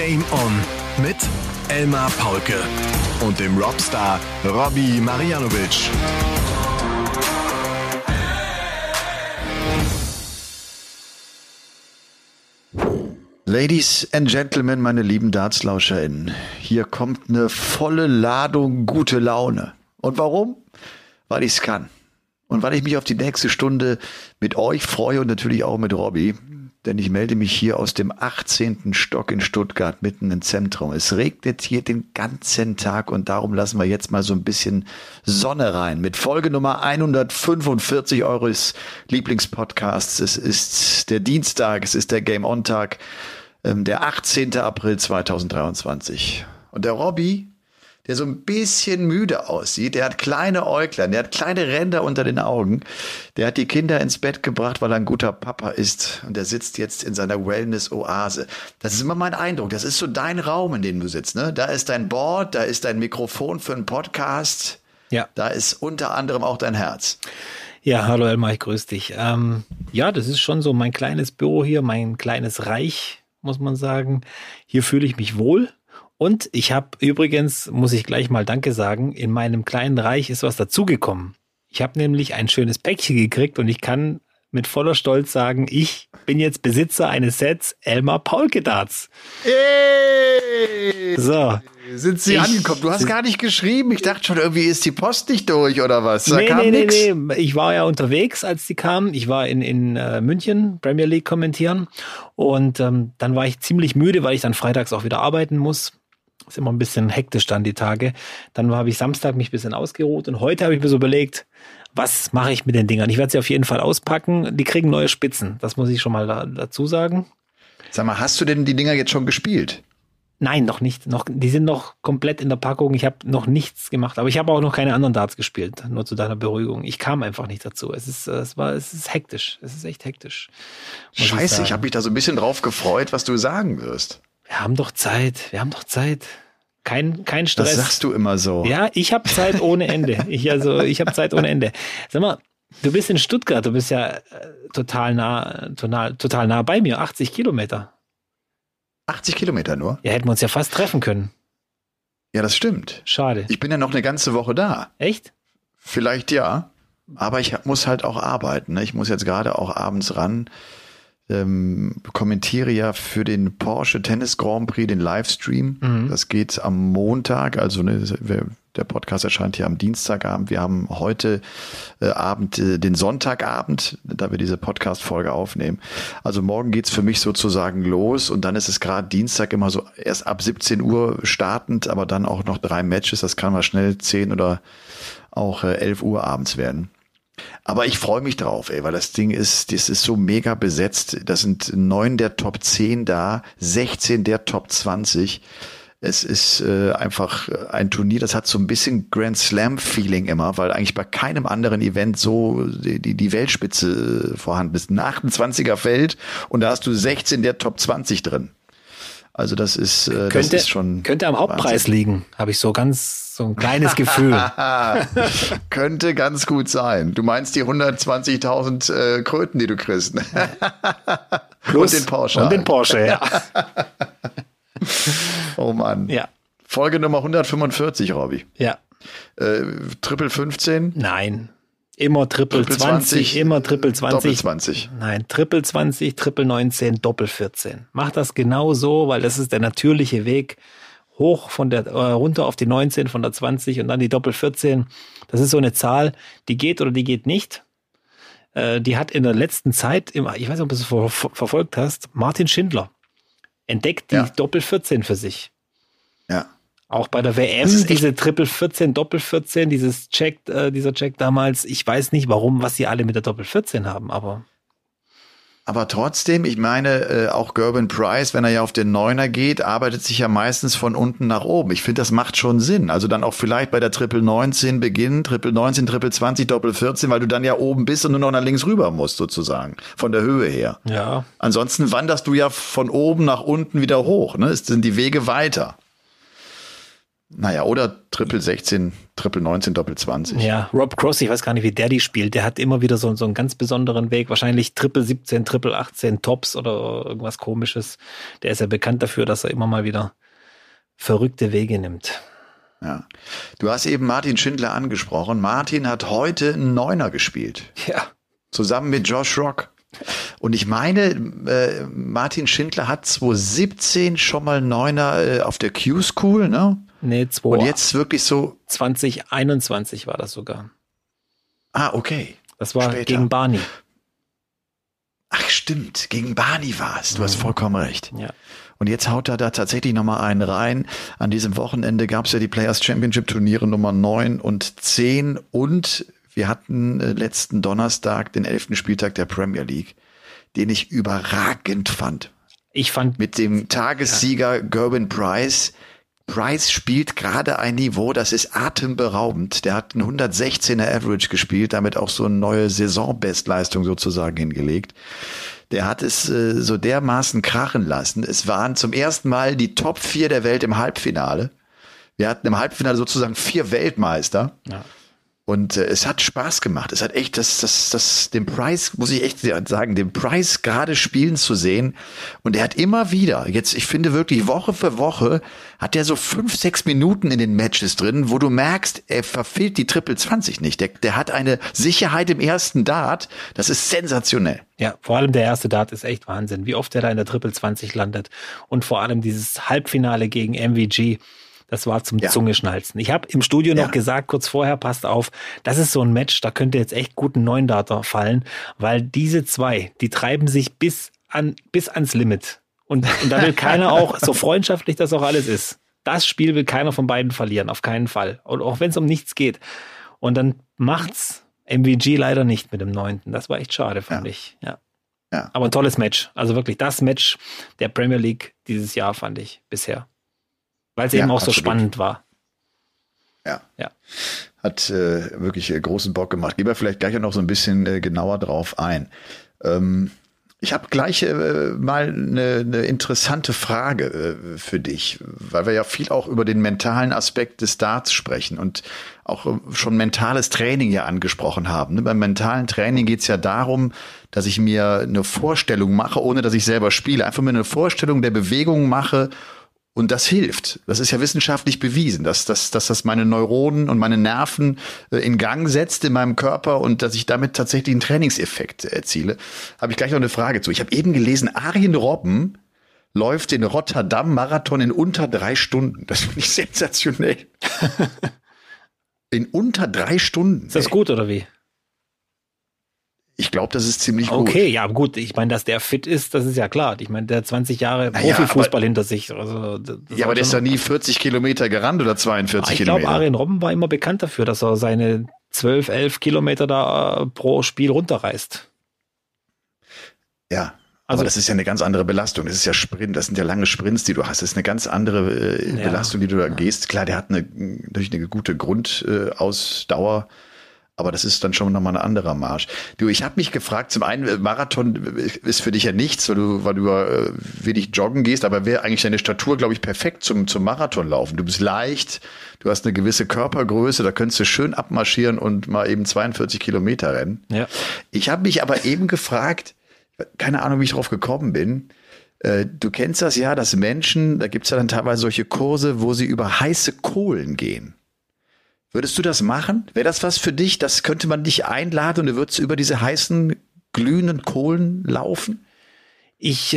Game On mit Elmar Paulke und dem Robstar Robbie Marianovic. Ladies and Gentlemen, meine lieben DartslauscherInnen, hier kommt eine volle Ladung gute Laune. Und warum? Weil ich es kann. Und weil ich mich auf die nächste Stunde mit euch freue und natürlich auch mit Robbie. Denn ich melde mich hier aus dem 18. Stock in Stuttgart, mitten im Zentrum. Es regnet hier den ganzen Tag und darum lassen wir jetzt mal so ein bisschen Sonne rein. Mit Folge Nummer 145 eures Lieblingspodcasts. Es ist der Dienstag, es ist der Game-On-Tag, der 18. April 2023. Und der Robbie, der so ein bisschen müde aussieht, der hat kleine Äuglein, der hat kleine Ränder unter den Augen, der hat die Kinder ins Bett gebracht, weil er ein guter Papa ist und der sitzt jetzt in seiner Wellness-Oase. Das ist immer mein Eindruck, das ist so dein Raum, in dem du sitzt, ne? Da ist dein Board, da ist dein Mikrofon für einen Podcast, ja. Da ist unter anderem auch dein Herz. Ja, hallo Elmar, ich grüße dich. Ja, das ist schon so mein kleines Büro hier, mein kleines Reich, muss man sagen. Hier fühle ich mich wohl. Und ich habe übrigens, muss ich gleich mal Danke sagen, in meinem kleinen Reich ist was dazugekommen. Ich habe nämlich ein schönes Päckchen gekriegt und ich kann mit voller Stolz sagen, ich bin jetzt Besitzer eines Sets Elmar Paulke Darts. Hey! So. Sind sie angekommen? Du hast gar nicht geschrieben. Ich dachte schon, irgendwie ist die Post nicht durch oder was? Da kam nix. Nee. Ich war ja unterwegs, als die kamen. Ich war in München, Premier League kommentieren. Und dann war ich ziemlich müde, weil ich dann freitags auch wieder arbeiten muss. Ist immer ein bisschen hektisch dann die Tage. Dann habe ich Samstag mich ein bisschen ausgeruht und heute habe ich mir so überlegt, was mache ich mit den Dingern? Ich werde sie auf jeden Fall auspacken. Die kriegen neue Spitzen. Das muss ich schon mal dazu sagen. Sag mal, hast du denn die Dinger jetzt schon gespielt? Nein, noch nicht. Die sind noch komplett in der Packung. Ich habe noch nichts gemacht. Aber ich habe auch noch keine anderen Darts gespielt. Nur zu deiner Beruhigung. Ich kam einfach nicht dazu. Es ist hektisch. Es ist echt hektisch. Scheiße, ich habe mich da so ein bisschen drauf gefreut, was du sagen wirst. Wir haben doch Zeit. Kein Stress. Das sagst du immer so. Ja, ich habe Zeit ohne Ende. Ich habe Zeit ohne Ende. Sag mal, du bist in Stuttgart. Du bist ja total nah bei mir. 80 Kilometer. 80 Kilometer nur? Ja, hätten wir uns ja fast treffen können. Ja, das stimmt. Schade. Ich bin ja noch eine ganze Woche da. Echt? Vielleicht ja. Aber ich muss halt auch arbeiten. Ne? Ich muss jetzt gerade auch abends ran. Kommentiere ja für den Porsche Tennis Grand Prix den Livestream. Mhm. Das geht am Montag, also der Podcast erscheint ja am Dienstagabend. Wir haben heute Abend den Sonntagabend, da wir diese Podcast-Folge aufnehmen. Also morgen geht's für mich sozusagen los und dann ist es gerade Dienstag immer so erst ab 17 Uhr startend, aber dann auch noch 3 Matches. Das kann mal schnell 10 oder auch 11 Uhr abends werden. Aber ich freue mich drauf, weil das ist so mega besetzt. Das sind 9 der Top 10 da, 16 der Top 20. Es ist einfach ein Turnier, das hat so ein bisschen Grand Slam-Feeling immer, weil eigentlich bei keinem anderen Event so die Weltspitze vorhanden ist. Ein 28er Feld und da hast du 16 der Top 20 drin. Also das ist schon könnte am Hauptpreis liegen, habe ich so ein kleines Gefühl. Könnte ganz gut sein. Du meinst die 120.000 Kröten, die du kriegst. Plus, und den Porsche. Und den Porsche, ja. Oh Mann. Ja. Folge Nummer 145, Robby. Ja. Triple 15? Nein. Immer Triple 20, immer Triple 20. Doppel 20. Nein, Triple 20, Triple 19, Doppel 14. Mach das genau so, weil das ist der natürliche Weg. Hoch runter auf die 19 von der 20 und dann die Doppel 14. Das ist so eine Zahl, die geht oder die geht nicht. Die hat in der letzten Zeit, ich weiß nicht, ob du es verfolgt hast, Martin Schindler entdeckt die Doppel 14 für sich. Ja. Auch bei der WM, diese Triple 14, Doppel 14, dieser Check damals, ich weiß nicht was sie alle mit der Doppel 14 haben, aber trotzdem, ich meine, auch Gerben Price, wenn er ja auf den Neuner geht, arbeitet sich ja meistens von unten nach oben. Ich finde, das macht schon Sinn. Also dann auch vielleicht bei der Triple 19 beginnen, Triple 19, Triple 20, Doppel 14, weil du dann ja oben bist und nur noch nach links rüber musst sozusagen, von der Höhe her. Ja. Ansonsten wanderst du ja von oben nach unten wieder hoch, ne? Es sind die Wege weiter. Naja, oder Triple 16, Triple 19, Doppel 20. Ja, Rob Cross, ich weiß gar nicht, wie der die spielt. Der hat immer wieder so einen ganz besonderen Weg. Wahrscheinlich Triple 17, Triple 18 Tops oder irgendwas Komisches. Der ist ja bekannt dafür, dass er immer mal wieder verrückte Wege nimmt. Ja. Du hast eben Martin Schindler angesprochen. Martin hat heute einen Neuner gespielt. Ja. Zusammen mit Josh Rock. Und ich meine, Martin Schindler hat 2017 schon mal Neuner auf der Q-School, ne? Nee, und jetzt wirklich so 2021 war das sogar. Ah, okay. Das war später. Gegen Barney. Ach, stimmt. Gegen Barney war es. Du hast vollkommen recht. Ja. Und jetzt haut er da tatsächlich nochmal einen rein. An diesem Wochenende gab es ja die Players Championship Turniere Nummer 9 und 10 und wir hatten letzten Donnerstag den 11. Spieltag der Premier League, den ich überragend fand. Ich fand mit dem Tagessieger Gerwin Price. Price spielt gerade ein Niveau, das ist atemberaubend. Der hat einen 116er Average gespielt, damit auch so eine neue Saisonbestleistung sozusagen hingelegt. Der hat es so dermaßen krachen lassen. Es waren zum ersten Mal die Top 4 der Welt im Halbfinale. Wir hatten im Halbfinale sozusagen 4 Weltmeister. Ja. Und es hat Spaß gemacht. Es hat echt den Price, muss ich echt sagen, den Price gerade spielen zu sehen. Und er hat immer wieder, jetzt, ich finde wirklich Woche für Woche, hat er so 5, 6 Minuten in den Matches drin, wo du merkst, er verfehlt die Triple 20 nicht. Der hat eine Sicherheit im ersten Dart. Das ist sensationell. Ja, vor allem der erste Dart ist echt Wahnsinn, wie oft er da in der Triple 20 landet. Und vor allem dieses Halbfinale gegen MVG. Das war zum Zungeschnalzen. Ich habe im Studio noch gesagt, kurz vorher, passt auf, das ist so ein Match, da könnte jetzt echt gut ein 9-Darter fallen, weil diese zwei, die treiben sich bis ans Limit. Und da will keiner auch, so freundschaftlich das auch alles ist, das Spiel will keiner von beiden verlieren, auf keinen Fall. Und auch wenn es um nichts geht. Und dann macht's MVG leider nicht mit dem 9. Das war echt schade, fand ich. Ja. Aber ein tolles Match. Also wirklich das Match der Premier League dieses Jahr, fand ich bisher. Weil es eben auch so spannend war. Ja. Hat wirklich großen Bock gemacht. Gehen wir vielleicht gleich noch so ein bisschen genauer drauf ein. Ich habe gleich mal eine interessante Frage für dich, weil wir ja viel auch über den mentalen Aspekt des Darts sprechen und auch schon mentales Training ja angesprochen haben. Ne? Beim mentalen Training geht es ja darum, dass ich mir eine Vorstellung mache, ohne dass ich selber spiele. Einfach mir eine Vorstellung der Bewegung mache. Und das hilft. Das ist ja wissenschaftlich bewiesen, dass das meine Neuronen und meine Nerven in Gang setzt in meinem Körper und dass ich damit tatsächlich einen Trainingseffekt erziele. Habe ich gleich noch eine Frage zu. Ich habe eben gelesen, Arjen Robben läuft den Rotterdam-Marathon in unter 3 Stunden. Das finde ich sensationell. In unter 3 Stunden. Ist das gut oder wie? Ich glaube, das ist ziemlich gut. Okay, ja gut. Ich meine, dass der fit ist, das ist ja klar. Ich meine, der hat 20 Jahre Profifußball hinter sich. Also, aber der ist ja nie 40 Kilometer gerannt oder 42 Kilometer. Ich glaube, Arjen Robben war immer bekannt dafür, dass er seine 12, 11 Kilometer da pro Spiel runterreißt. Ja, aber das ist ja eine ganz andere Belastung. Das ist ja Sprint, das sind ja lange Sprints, die du hast. Das ist eine ganz andere Belastung, die du da gehst. Klar, der hat natürlich eine gute Grundausdauer. Aber das ist dann schon nochmal ein anderer Marsch. Du, ich habe mich gefragt, zum einen, Marathon ist für dich ja nichts, weil du wenig joggen gehst, aber wäre eigentlich deine Statur, glaube ich, perfekt zum Marathonlaufen. Du bist leicht, du hast eine gewisse Körpergröße, da könntest du schön abmarschieren und mal eben 42 Kilometer rennen. Ja. Ich habe mich aber eben gefragt, keine Ahnung, wie ich drauf gekommen bin, du kennst das ja, dass Menschen, da gibt's ja dann teilweise solche Kurse, wo sie über heiße Kohlen gehen. Würdest du das machen? Wäre das was für dich? Das könnte man dich einladen und du würdest über diese heißen, glühenden Kohlen laufen? Ich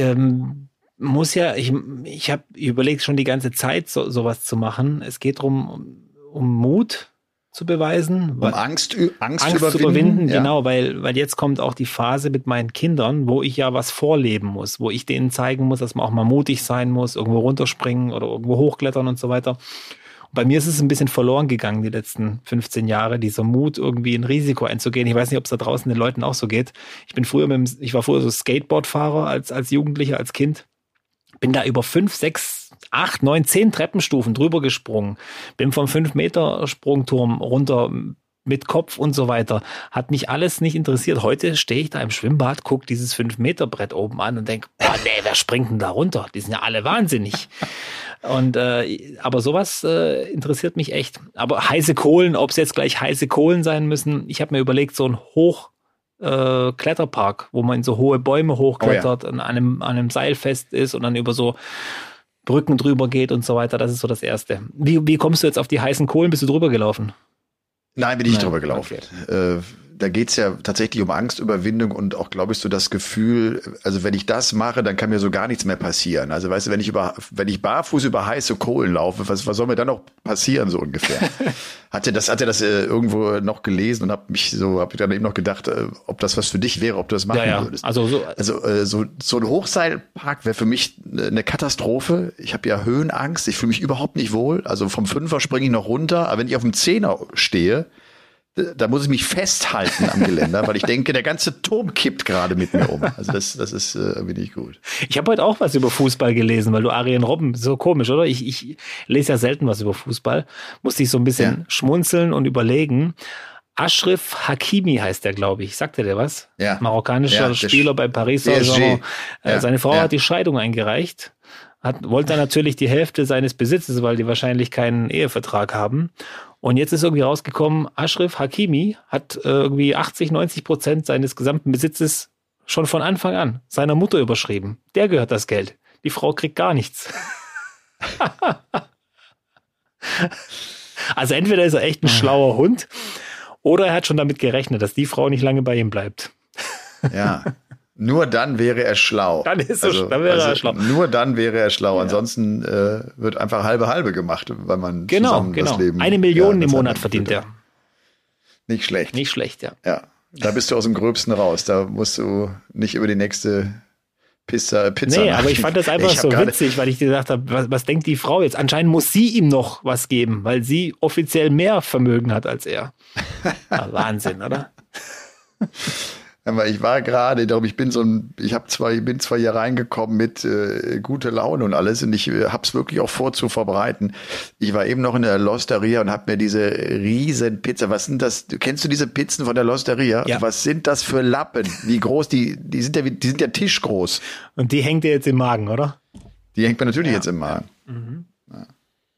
ich habe überlegt schon die ganze Zeit, sowas zu machen. Es geht darum, um Mut zu beweisen. Um Angst zu überwinden. Ja. Genau, weil jetzt kommt auch die Phase mit meinen Kindern, wo ich ja was vorleben muss, wo ich denen zeigen muss, dass man auch mal mutig sein muss, irgendwo runterspringen oder irgendwo hochklettern und so weiter. Bei mir ist es ein bisschen verloren gegangen, die letzten 15 Jahre, dieser Mut, irgendwie ein Risiko einzugehen. Ich weiß nicht, ob es da draußen den Leuten auch so geht. Ich war früher so Skateboardfahrer als Jugendlicher, als Kind. Bin da über 5, 6, 8, 9, 10 Treppenstufen drüber gesprungen. Bin vom 5-Meter-Sprungturm runter mit Kopf und so weiter. Hat mich alles nicht interessiert. Heute stehe ich da im Schwimmbad, gucke dieses 5-Meter-Brett oben an und denke, boah, nee, wer springt denn da runter? Die sind ja alle wahnsinnig. Und aber sowas interessiert mich echt. Aber heiße Kohlen, ob es jetzt gleich heiße Kohlen sein müssen, ich habe mir überlegt, so ein Kletterpark, wo man in so hohe Bäume hochklettert, an einem Seil fest ist und dann über so Brücken drüber geht und so weiter. Das ist so das Erste. Wie kommst du jetzt auf die heißen Kohlen? Bist du drüber gelaufen? Nein, bin ich drüber gelaufen. Okay. Da geht's ja tatsächlich um Angstüberwindung und auch, glaube ich, so das Gefühl, also wenn ich das mache, dann kann mir so gar nichts mehr passieren. Also weißt du, wenn ich barfuß über heiße Kohlen laufe, was soll mir dann noch passieren, so ungefähr? Hatte das irgendwo noch gelesen und habe dann eben noch gedacht, ob das was für dich wäre, ob du das machen würdest. Also so ein Hochseilpark wäre für mich eine Katastrophe. Ich habe ja Höhenangst, ich fühle mich überhaupt nicht wohl. Also vom 5er springe ich noch runter, aber wenn ich auf dem 10er stehe, da muss ich mich festhalten am Geländer, weil ich denke, der ganze Turm kippt gerade mit mir um. Also das ist irgendwie nicht gut. Ich habe heute auch was über Fußball gelesen, weil du Arjen Robben, so komisch, oder? Ich lese ja selten was über Fußball. Musste ich so ein bisschen schmunzeln und überlegen. Ashraf Hakimi heißt der, glaube ich. Sagt der was? Ja. Marokkanischer Spieler bei Paris Saint-Germain. Seine Frau hat die Scheidung eingereicht. Wollte dann natürlich die Hälfte seines Besitzes, weil die wahrscheinlich keinen Ehevertrag haben. Und jetzt ist irgendwie rausgekommen, Ashraf Hakimi hat irgendwie 80-90% seines gesamten Besitzes schon von Anfang an seiner Mutter überschrieben. Der gehört das Geld. Die Frau kriegt gar nichts. Also entweder ist er echt ein schlauer Hund oder er hat schon damit gerechnet, dass die Frau nicht lange bei ihm bleibt. Ja. Nur dann wäre er schlau. Dann wäre er schlau. Nur dann wäre er schlau. Ja. Ansonsten wird einfach halbe gemacht, weil man zusammen das Leben... 1 Million im Monat verdient er. Nicht schlecht. Nicht schlecht, ja. Ja, da bist du aus dem Gröbsten raus. Da musst du nicht über die nächste Pizza Nee, aber ich fand das einfach so witzig, weil ich gedacht habe, was denkt die Frau jetzt? Anscheinend muss sie ihm noch was geben, weil sie offiziell mehr Vermögen hat als er. Ja, Wahnsinn, oder? Aber ich war gerade, ich bin zwar hier reingekommen mit gute Laune und alles und ich hab's wirklich auch vor zu verbreiten. Ich war eben noch in der L'Osteria und hab mir diese riesen Pizza, was sind das? Kennst du diese Pizzen von der L'Osteria? Ja. Was sind das für Lappen? Wie groß, die sind ja tischgroß. Und die hängt dir jetzt im Magen, oder? Die hängt mir natürlich jetzt im Magen. Mhm. Ja.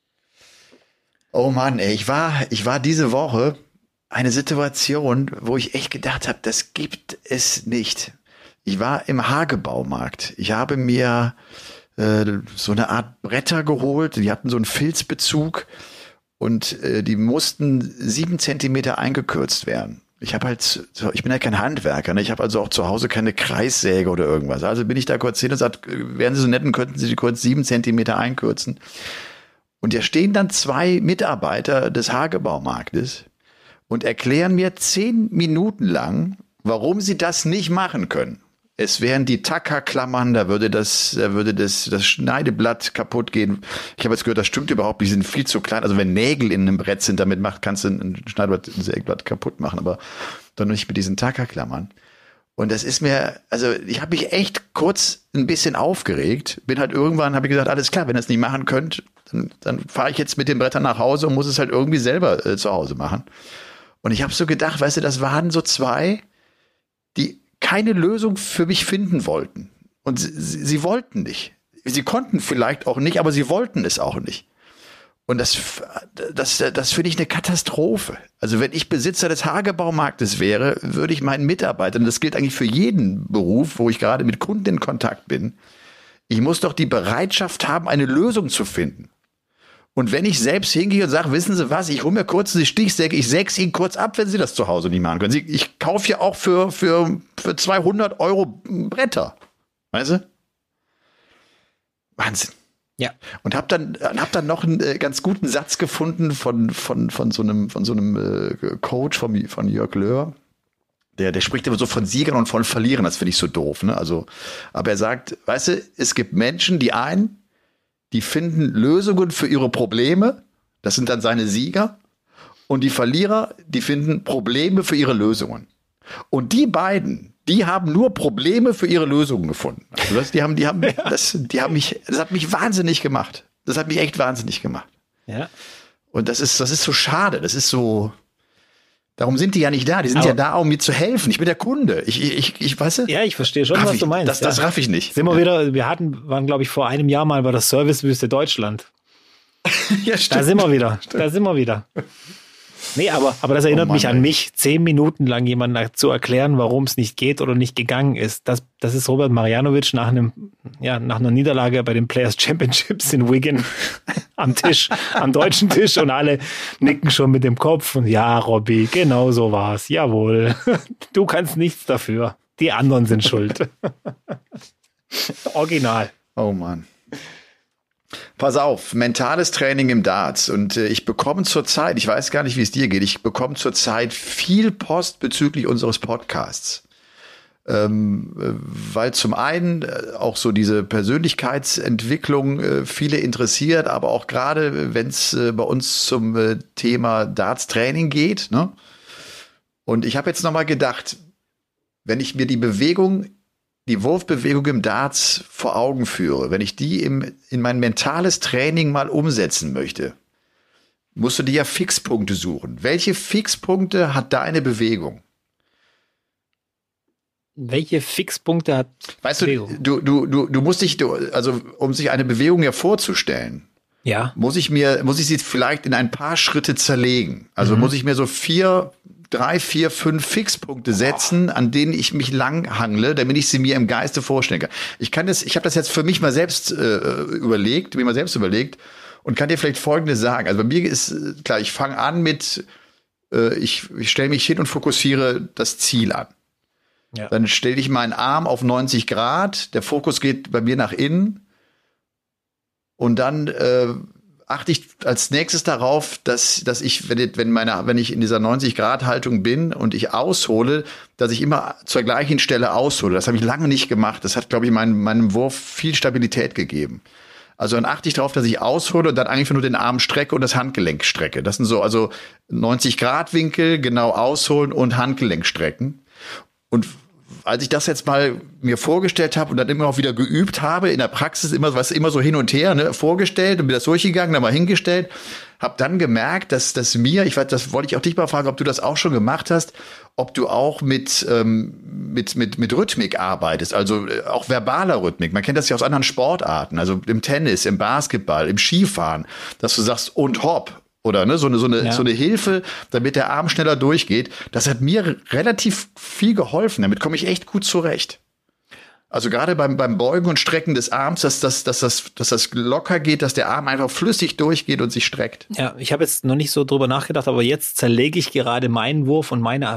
Oh Mann, ey, ich war diese Woche eine Situation, wo ich echt gedacht habe, das gibt es nicht. Ich war im Hagebaumarkt. Ich habe mir so eine Art Bretter geholt. Die hatten so einen Filzbezug und die mussten 7 Zentimeter eingekürzt werden. Ich bin ja kein Handwerker, ne? Ich habe also auch zu Hause keine Kreissäge oder irgendwas. Also bin ich da kurz hin und sage, wären Sie so nett und könnten Sie die kurz 7 Zentimeter einkürzen. Und da stehen dann 2 Mitarbeiter des Hagebaumarktes und erklären mir 10 Minuten lang, warum sie das nicht machen können. Es wären die Tackerklammern, da würde das Schneideblatt kaputt gehen. Ich habe jetzt gehört, das stimmt überhaupt nicht, die sind viel zu klein. Also wenn Nägel in einem Brett sind, kannst du ein Sägeblatt kaputt machen, aber doch nicht mit diesen Tackerklammern. Und das ist mir, also ich habe mich echt kurz ein bisschen aufgeregt. Habe ich gesagt, alles klar, wenn ihr es nicht machen könnt, dann fahre ich jetzt mit den Brettern nach Hause und muss es halt irgendwie selber zu Hause machen. Und ich habe so gedacht, weißt du, das waren so 2, die keine Lösung für mich finden wollten. Und sie wollten nicht. Sie konnten vielleicht auch nicht, aber sie wollten es auch nicht. Und das finde ich eine Katastrophe. Also wenn ich Besitzer des Hagebaumarktes wäre, würde ich meinen Mitarbeitern, das gilt eigentlich für jeden Beruf, wo ich gerade mit Kunden in Kontakt bin, ich muss doch die Bereitschaft haben, eine Lösung zu finden. Und wenn ich selbst hingehe und sage, wissen Sie was, ich hole mir kurz die Stichsäge, ich säge es Ihnen kurz ab, wenn Sie das zu Hause nicht machen können. Ich kaufe ja auch für 200 € Bretter. Weißt du? Wahnsinn. Ja. Und hab dann noch einen ganz guten Satz gefunden von so einem Coach von Jörg Löhr. Der spricht immer so von Siegern und von Verlierern, das finde ich so doof, ne? Also, aber er sagt, weißt du, es gibt Menschen, die finden Lösungen für ihre Probleme, das sind dann seine Sieger, und die Verlierer, die finden Probleme für ihre Lösungen. Und die beiden, die haben nur Probleme für ihre Lösungen gefunden. Also das hat mich wahnsinnig gemacht. Das hat mich echt wahnsinnig gemacht. Ja. Und das ist so schade. Das ist so, Darum sind die ja nicht da. Die sind ja da, um mir zu helfen. Ich bin der Kunde. Ich weißt du? Ja, ich verstehe schon, was du meinst. Das raff ich nicht. Waren, glaube ich, vor einem Jahr mal bei der Servicewüste Deutschland. Ja, stimmt. Da sind wir wieder. Nee, aber das erinnert mich an mich, 10 Minuten lang jemandem zu erklären, warum es nicht geht oder nicht gegangen ist. Das ist Robert Marjanovic nach einer Niederlage bei den Players Championships in Wigan am deutschen Tisch, und alle nicken schon mit dem Kopf und ja, Robby, genau so war's. Jawohl. Du kannst nichts dafür. Die anderen sind schuld. Original. Oh Mann. Pass auf, mentales Training im Darts, und ich bekomme zurzeit, ich weiß gar nicht, wie es dir geht, ich bekomme zurzeit viel Post bezüglich unseres Podcasts, weil zum einen auch so diese Persönlichkeitsentwicklung viele interessiert, aber auch gerade, wenn es bei uns zum Thema Darts Training geht, ne? Und ich habe jetzt nochmal gedacht, wenn ich mir die Wurfbewegung im Darts vor Augen führe, wenn ich die in mein mentales Training mal umsetzen möchte, musst du dir ja Fixpunkte suchen. Welche Fixpunkte hat deine Bewegung? Welche Fixpunkte hat Bewegung? Du musst dich, also um sich eine Bewegung ja vorzustellen, ja, muss ich sie vielleicht in ein paar Schritte zerlegen. Also muss ich mir so 3, 4, 5 Fixpunkte setzen, an denen ich mich langhangle, damit ich sie mir im Geiste vorstellen kann. Ich habe das jetzt für mich mal selbst überlegt und kann dir vielleicht Folgendes sagen. Also bei mir ist klar, ich fange an mit, ich stelle mich hin und fokussiere das Ziel an. Ja. Dann stelle ich meinen Arm auf 90 Grad, der Fokus geht bei mir nach innen, und dann achte ich als nächstes darauf, dass ich, wenn ich in dieser 90-Grad-Haltung bin und ich aushole, dass ich immer zur gleichen Stelle aushole. Das habe ich lange nicht gemacht. Das hat, glaube ich, meinem Wurf viel Stabilität gegeben. Also dann achte ich darauf, dass ich aushole und dann eigentlich nur den Arm strecke und das Handgelenk strecke. Das sind so, also 90-Grad-Winkel, genau ausholen und Handgelenk strecken. Und als ich das jetzt mal mir vorgestellt habe und dann immer auch wieder geübt habe, in der Praxis immer so hin und her, ne, vorgestellt und bin das durchgegangen, dann mal hingestellt, habe dann gemerkt, dass das wollte ich auch dich mal fragen, ob du das auch schon gemacht hast, ob du auch mit Rhythmik arbeitest, also auch verbaler Rhythmik. Man kennt das ja aus anderen Sportarten, also im Tennis, im Basketball, im Skifahren, dass du sagst und hopp. Oder ne, so eine Hilfe, damit der Arm schneller durchgeht. Das hat mir relativ viel geholfen. Damit komme ich echt gut zurecht. Also gerade beim Beugen und Strecken des Arms, dass das locker geht, dass der Arm einfach flüssig durchgeht und sich streckt. Ja, ich habe jetzt noch nicht so drüber nachgedacht, aber jetzt zerlege ich gerade meinen Wurf und meine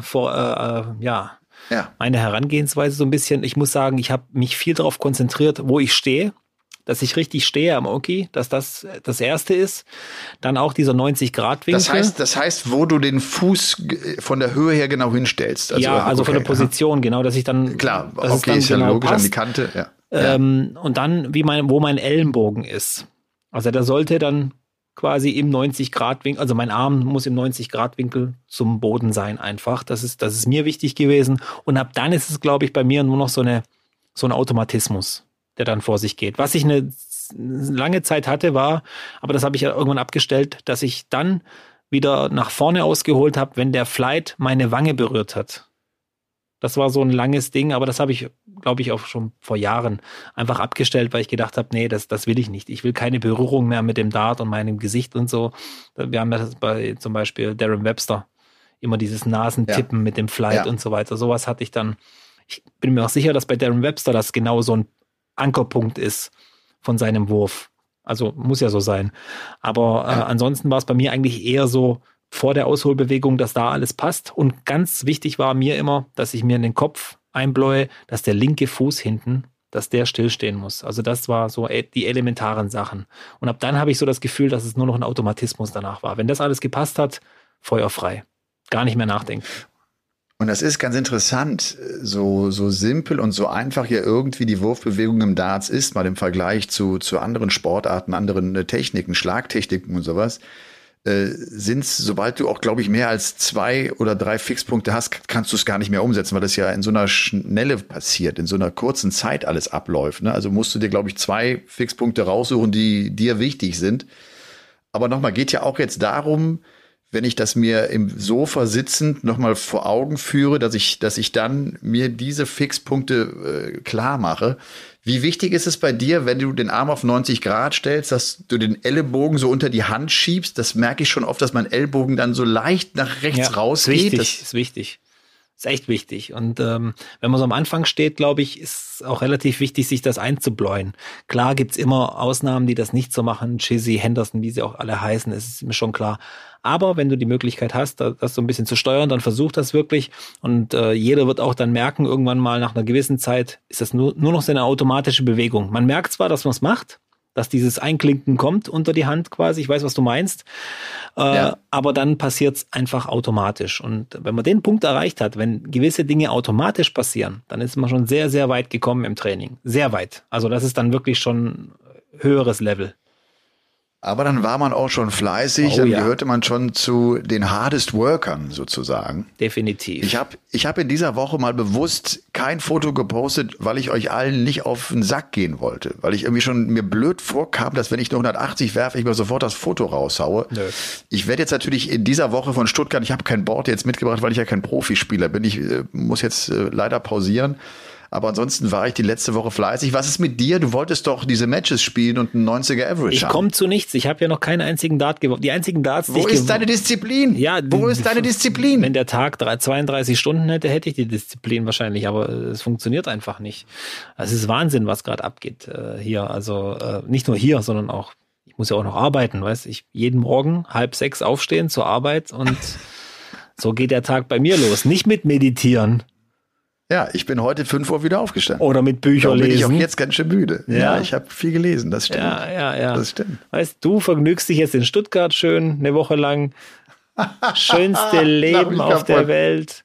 Herangehensweise so ein bisschen. Ich muss sagen, ich habe mich viel darauf konzentriert, wo ich stehe. Dass ich richtig stehe am Oki, dass das das Erste ist. Dann auch dieser 90-Grad-Winkel. Das heißt, wo du den Fuß von der Höhe her genau hinstellst. Also von der Position, genau, dass ich dann... Klar, okay, ist ja genau logisch, an die Kante. Ja. Und dann, wo mein Ellenbogen ist. Also der sollte dann quasi im 90-Grad-Winkel, also mein Arm muss im 90-Grad-Winkel zum Boden sein einfach. Das ist mir wichtig gewesen. Und ab dann ist es, glaube ich, bei mir nur noch so ein Automatismus, der dann vor sich geht. Was ich eine lange Zeit hatte, war, aber das habe ich ja irgendwann abgestellt, dass ich dann wieder nach vorne ausgeholt habe, wenn der Flight meine Wange berührt hat. Das war so ein langes Ding, aber das habe ich, glaube ich, auch schon vor Jahren einfach abgestellt, weil ich gedacht habe, nee, das will ich nicht. Ich will keine Berührung mehr mit dem Dart und meinem Gesicht und so. Wir haben ja bei zum Beispiel Darren Webster immer dieses Nasentippen mit dem Flight und so weiter. Sowas hatte ich dann. Ich bin mir auch sicher, dass bei Darren Webster das genau so ein Ankerpunkt ist von seinem Wurf. Also muss ja so sein. Aber ansonsten war es bei mir eigentlich eher so vor der Ausholbewegung, dass da alles passt. Und ganz wichtig war mir immer, dass ich mir in den Kopf einbläue, dass der linke Fuß hinten, dass der stillstehen muss. Also das war so die elementaren Sachen. Und ab dann habe ich so das Gefühl, dass es nur noch ein Automatismus danach war. Wenn das alles gepasst hat, feuerfrei. Gar nicht mehr nachdenken. Und das ist ganz interessant, so simpel und so einfach hier irgendwie die Wurfbewegung im Darts ist, mal im Vergleich zu anderen Sportarten, anderen Techniken, Schlagtechniken und sowas, sind's, sobald du auch, glaube ich, mehr als 2 oder 3 Fixpunkte hast, kannst du es gar nicht mehr umsetzen, weil das ja in so einer Schnelle passiert, in so einer kurzen Zeit alles abläuft. Ne? Also musst du dir, glaube ich, 2 Fixpunkte raussuchen, die dir wichtig sind. Aber nochmal, geht ja auch jetzt darum, wenn ich das mir im Sofa sitzend nochmal vor Augen führe, dass ich dann mir diese Fixpunkte klar mache. Wie wichtig ist es bei dir, wenn du den Arm auf 90 Grad stellst, dass du den Ellenbogen so unter die Hand schiebst? Das merke ich schon oft, dass mein Ellbogen dann so leicht nach rechts rausgeht. Ist wichtig. Ist echt wichtig. Und wenn man so am Anfang steht, glaube ich, ist auch relativ wichtig, sich das einzubläuen. Klar gibt's immer Ausnahmen, die das nicht so machen. Chizzy, Henderson, wie sie auch alle heißen, ist mir schon klar. Aber wenn du die Möglichkeit hast, das so ein bisschen zu steuern, dann versuch das wirklich. Und jeder wird auch dann merken, irgendwann mal nach einer gewissen Zeit ist das nur noch so eine automatische Bewegung. Man merkt zwar, dass man es macht, dass dieses Einklinken kommt unter die Hand quasi. Ich weiß, was du meinst. Aber dann passiert's einfach automatisch. Und wenn man den Punkt erreicht hat, wenn gewisse Dinge automatisch passieren, dann ist man schon sehr, sehr weit gekommen im Training. Sehr weit. Also das ist dann wirklich schon höheres Level. Aber dann war man auch schon fleißig, dann gehörte man schon zu den Hardest Workern sozusagen. Definitiv. Ich hab in dieser Woche mal bewusst kein Foto gepostet, weil ich euch allen nicht auf den Sack gehen wollte. Weil ich irgendwie schon mir blöd vorkam, dass wenn ich nur 180 werfe, ich mir sofort das Foto raushaue. Nö. Ich werde jetzt natürlich in dieser Woche von Stuttgart, ich habe kein Board jetzt mitgebracht, weil ich ja kein Profispieler bin. Ich muss jetzt leider pausieren. Aber ansonsten war ich die letzte Woche fleißig. Was ist mit dir? Du wolltest doch diese Matches spielen und einen 90er Average haben. Ich komme zu nichts. Ich habe ja noch keinen einzigen Dart gewonnen. Die einzigen Darts, Wo ist deine Disziplin? Ja, wo ist deine Disziplin? Wenn der Tag 32 Stunden hätte ich die Disziplin wahrscheinlich. Aber es funktioniert einfach nicht. Es ist Wahnsinn, was gerade abgeht hier. Also nicht nur hier, sondern auch, ich muss ja auch noch arbeiten, weißt ich jeden Morgen 5:30 aufstehen zur Arbeit und so geht der Tag bei mir los. Nicht mit meditieren. Ja, ich bin heute 5 Uhr wieder aufgestanden. Oder mit Büchern lesen. Bin ich auch jetzt ganz schön müde. Ja, ich habe viel gelesen, das stimmt. Ja. Das stimmt. Weißt du, vergnügst dich jetzt in Stuttgart schön, eine Woche lang. Schönste Leben auf der Welt.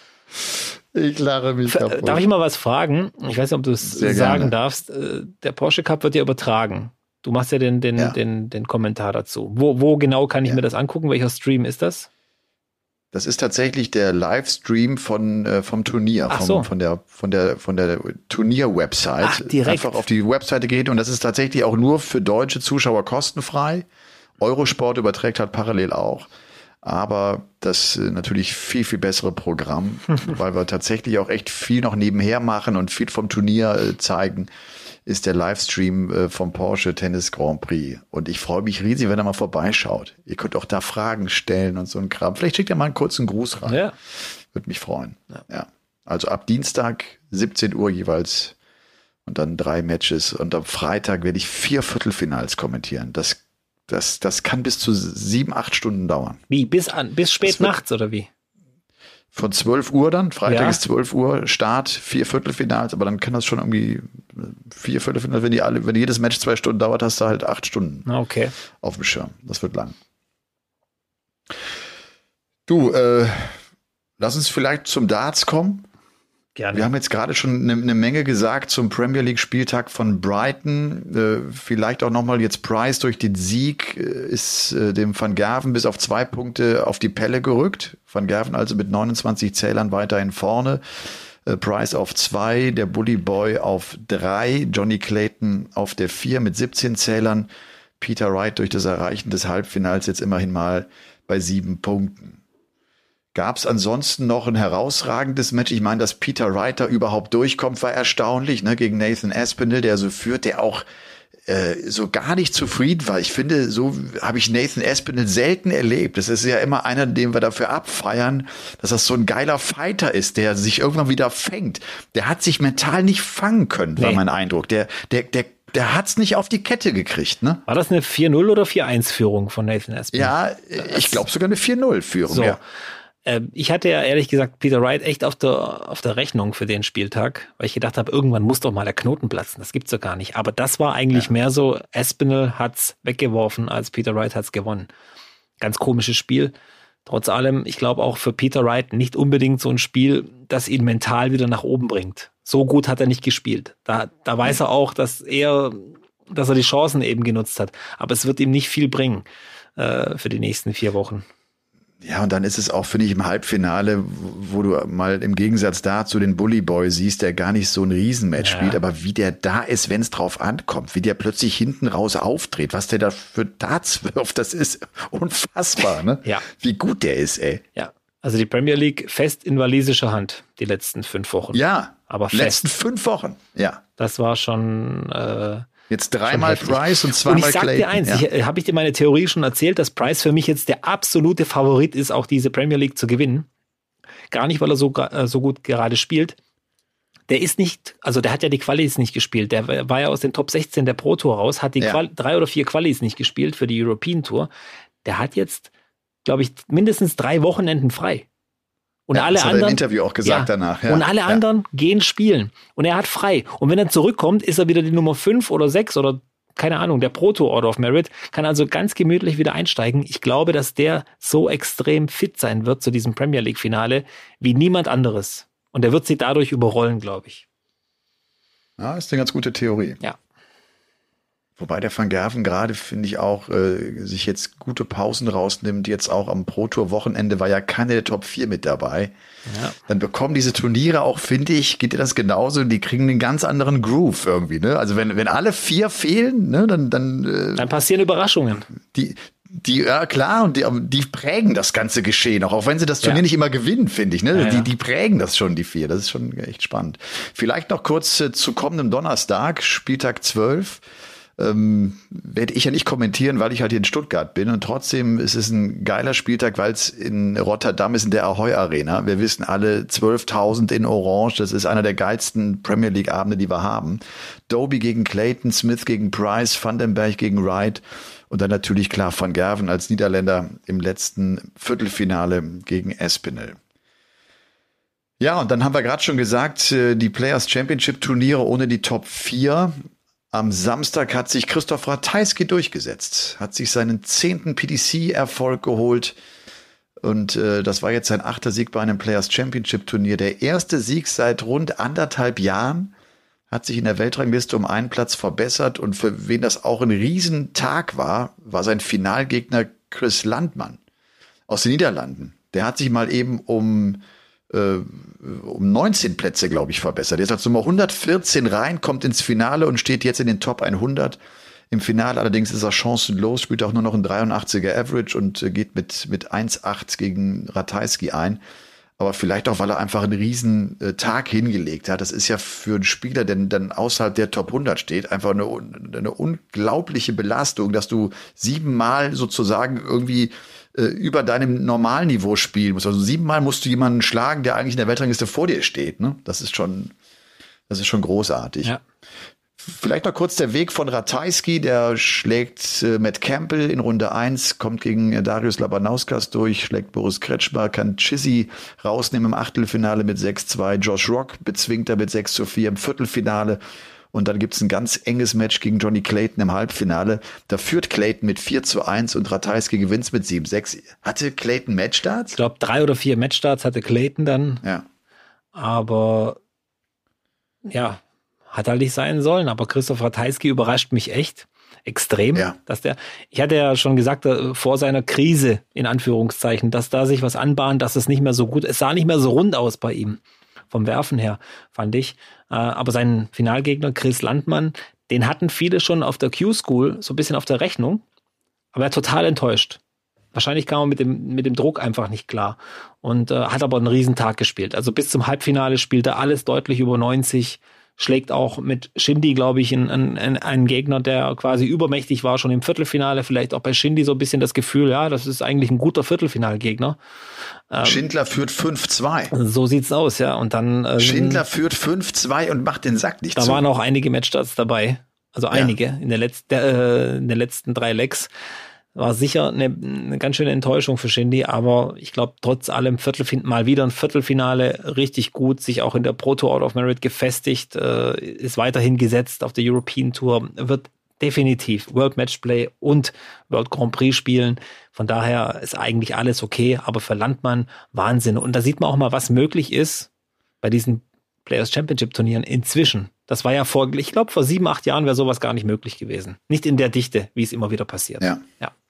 Ich lache mich kaputt. Darf ich mal was fragen? Ich weiß nicht, ob du es sagen darfst. Der Porsche Cup wird ja übertragen. Du machst ja den Kommentar dazu. Wo genau kann ich mir das angucken? Welcher Stream ist das? Das ist tatsächlich der Livestream vom Turnier, von der Turnier-Website. Ach, direkt. Einfach auf die Webseite geht und das ist tatsächlich auch nur für deutsche Zuschauer kostenfrei. Eurosport überträgt halt parallel auch. Aber das natürlich viel, viel bessere Programm, weil wir tatsächlich auch echt viel noch nebenher machen und viel vom Turnier zeigen, ist der Livestream vom Porsche Tennis Grand Prix. Und ich freue mich riesig, wenn er mal vorbeischaut. Ihr könnt auch da Fragen stellen und so ein Kram. Vielleicht schickt ihr mal einen kurzen Gruß rein. Ja. Würde mich freuen. Ja. Also ab Dienstag 17 Uhr jeweils und dann 3 Matches. Und am Freitag werde ich 4 Viertelfinals kommentieren. Das kann bis zu 7-8 Stunden dauern. Wie? Bis spät nachts oder wie? Von 12 Uhr dann, Freitag ist 12 Uhr, Start, 4 Viertelfinals, aber dann kann das schon irgendwie 4 Viertelfinals, wenn jedes Match 2 Stunden dauert, hast du halt 8 Stunden auf dem Schirm. Das wird lang. Du, lass uns vielleicht zum Darts kommen. Gerne. Wir haben jetzt gerade schon eine Menge gesagt zum Premier League Spieltag von Brighton. Vielleicht auch nochmal jetzt Price durch den Sieg ist dem Van Gerven bis auf 2 Punkte auf die Pelle gerückt. Van Gerven also mit 29 Zählern weiterhin vorne. Price auf 2, der Bully Boy auf 3, Johnny Clayton auf der 4 mit 17 Zählern. Peter Wright durch das Erreichen des Halbfinals jetzt immerhin mal bei 7 Punkten. Gab es ansonsten noch ein herausragendes Match? Ich meine, dass Peter Wright da überhaupt durchkommt, war erstaunlich, ne? Gegen Nathan Aspinall, der so führt, der auch so gar nicht zufrieden war. Ich finde, so habe ich Nathan Aspinall selten erlebt. Das ist ja immer einer, den wir dafür abfeiern, dass das so ein geiler Fighter ist, der sich irgendwann wieder fängt. Der hat sich mental nicht fangen können, war mein Eindruck. Der hat's nicht auf die Kette gekriegt, ne? War das eine 4-0 oder 4-1-Führung von Nathan Aspinall? Ja, ich glaube sogar eine 4-0-Führung, so. Ja. Ich hatte ja ehrlich gesagt Peter Wright echt auf der Rechnung für den Spieltag, weil ich gedacht habe, irgendwann muss doch mal der Knoten platzen. Das gibt's doch gar nicht. Aber das war eigentlich mehr so, Aspinall hat's weggeworfen, als Peter Wright hat's gewonnen. Ganz komisches Spiel. Trotz allem, ich glaube auch für Peter Wright nicht unbedingt so ein Spiel, das ihn mental wieder nach oben bringt. So gut hat er nicht gespielt. Da weiß er auch, dass er die Chancen eben genutzt hat. Aber es wird ihm nicht viel bringen für die nächsten 4 Wochen. Ja, und dann ist es auch, finde ich, im Halbfinale, wo du mal im Gegensatz dazu den Bully Boy siehst, der gar nicht so ein Riesenmatch spielt, aber wie der da ist, wenn es drauf ankommt, wie der plötzlich hinten raus aufdreht, was der da für Darts wirft, das ist unfassbar, ne? Ja. Wie gut der ist, ey. Ja, also die Premier League fest in walisischer Hand, die letzten 5 Wochen. Ja, aber fest. Letzten 5 Wochen, ja. Das war schon... Jetzt 3-mal Price und 2-mal Clayton. Und ich sag dir eins, habe ich dir meine Theorie schon erzählt, dass Price für mich jetzt der absolute Favorit ist, auch diese Premier League zu gewinnen. Gar nicht, weil er so gut gerade spielt. Der ist nicht, also der hat ja die Qualis nicht gespielt. Der war ja aus den Top 16 der Pro Tour raus, hat die 3 oder 4 Qualis nicht gespielt für die European Tour. Der hat jetzt, glaube ich, mindestens 3 Wochenenden frei. Und alle das hat anderen, er im Interview auch gesagt danach. Ja. Und alle anderen gehen spielen. Und er hat frei. Und wenn er zurückkommt, ist er wieder die Nummer 5 oder 6 oder keine Ahnung, der Pro Tour Order of Merit, kann also ganz gemütlich wieder einsteigen. Ich glaube, dass der so extrem fit sein wird zu diesem Premier League Finale wie niemand anderes. Und er wird sie dadurch überrollen, glaube ich. Ja, ist eine ganz gute Theorie. Ja. Wobei der Van Gerven gerade, finde ich auch, sich jetzt gute Pausen rausnimmt. Jetzt auch am Pro-Tour-Wochenende war ja keine der Top 4 mit dabei. Ja. Dann bekommen diese Turniere auch, finde ich, geht dir das genauso, die kriegen einen ganz anderen Groove irgendwie. Ne? Also wenn alle 4 fehlen, ne, dann passieren Überraschungen. Ja, klar, und die prägen das ganze Geschehen, auch wenn sie das Turnier nicht immer gewinnen, finde ich. Ne? Ja. Die prägen das schon, die 4. Das ist schon echt spannend. Vielleicht noch kurz zu kommendem Donnerstag, Spieltag 12. Werde ich ja nicht kommentieren, weil ich halt hier in Stuttgart bin, und trotzdem ist es ein geiler Spieltag, weil es in Rotterdam ist, in der Ahoy Arena. Wir wissen alle, 12.000 in Orange, das ist einer der geilsten Premier League Abende, die wir haben. Doby gegen Clayton, Smith gegen Price, Van den Berg gegen Wright und dann natürlich klar Van Gerven als Niederländer im letzten Viertelfinale gegen Espinel. Ja, und dann haben wir gerade schon gesagt, die Players Championship Turniere ohne die Top 4. Am Samstag hat sich Christoph Ratajski durchgesetzt, hat sich seinen 10. PDC-Erfolg geholt und das war jetzt sein 8. Sieg bei einem Players Championship Turnier. Der erste Sieg seit rund 1,5 Jahren, hat sich in der Weltrangliste um einen Platz verbessert, und für wen das auch ein Riesentag war sein Finalgegner Chris Landmann aus den Niederlanden. Der hat sich mal eben um 19 Plätze, glaube ich, verbessert. Er ist also Nummer 114 rein, kommt ins Finale und steht jetzt in den Top 100. Im Finale allerdings ist er chancenlos, spielt auch nur noch ein 83er Average und geht mit 1,8 gegen Ratajski ein. Aber vielleicht auch, weil er einfach einen riesen Tag hingelegt hat. Das ist ja für einen Spieler, der dann außerhalb der Top 100 steht, einfach eine unglaubliche Belastung, dass du 7-mal sozusagen irgendwie über deinem Normalniveau spielen musst. Also 7-mal musst du jemanden schlagen, der eigentlich in der Weltrangliste vor dir steht. Ne? Das ist schon großartig. Ja. Vielleicht noch kurz der Weg von Ratajski, der schlägt Matt Campbell in Runde 1, kommt gegen Darius Labanauskas durch, schlägt Boris Kretschmer, kann Chizzy rausnehmen im Achtelfinale mit 6-2, Josh Rock bezwingt er mit 6-4 im Viertelfinale. Und dann gibt's ein ganz enges Match gegen Johnny Clayton im Halbfinale. Da führt Clayton mit 4-1 und Ratajski gewinnt mit 7-6. Hatte Clayton Matchstarts? Ich glaube, 3 oder 4 Matchstarts hatte Clayton dann. Ja. Aber ja, hat halt nicht sein sollen. Aber Christoph Ratajski überrascht mich echt extrem. Ja. Ich hatte ja schon gesagt, vor seiner Krise, in Anführungszeichen, dass da sich was anbahnt, dass es nicht mehr so gut, es sah nicht mehr so rund aus bei ihm. Vom Werfen her, fand ich. Aber sein Finalgegner, Chris Landmann, den hatten viele schon auf der Q-School so ein bisschen auf der Rechnung. Aber er hat total enttäuscht. Wahrscheinlich kam er mit dem Druck einfach nicht klar. Und hat aber einen Riesentag gespielt. Also bis zum Halbfinale spielt er alles deutlich über 90. Schlägt auch mit Shindy, glaube ich, einen Gegner, der quasi übermächtig war, schon im Viertelfinale. Vielleicht auch bei Shindy so ein bisschen das Gefühl, ja, das ist eigentlich ein guter Viertelfinalgegner. Schindler führt 5-2. So sieht's aus, ja. Und dann Schindler führt 5-2 und macht den Sack nicht zu. Da waren auch einige Matchstarts dabei. Also einige in den letzten 3 Legs. War sicher eine ganz schöne Enttäuschung für Shindy, aber ich glaube, trotz allem mal wieder ein Viertelfinale richtig gut, sich auch in der Pro Tour Order of Merit gefestigt, ist weiterhin gesetzt auf der European Tour, wird definitiv World Matchplay und World Grand Prix spielen. Von daher ist eigentlich alles okay, aber für Landmann Wahnsinn. Und da sieht man auch mal, was möglich ist bei diesen Players Championship Turnieren inzwischen. Das war ja ich glaube, vor 7-8 Jahren wäre sowas gar nicht möglich gewesen. Nicht in der Dichte, wie es immer wieder passiert. Ja.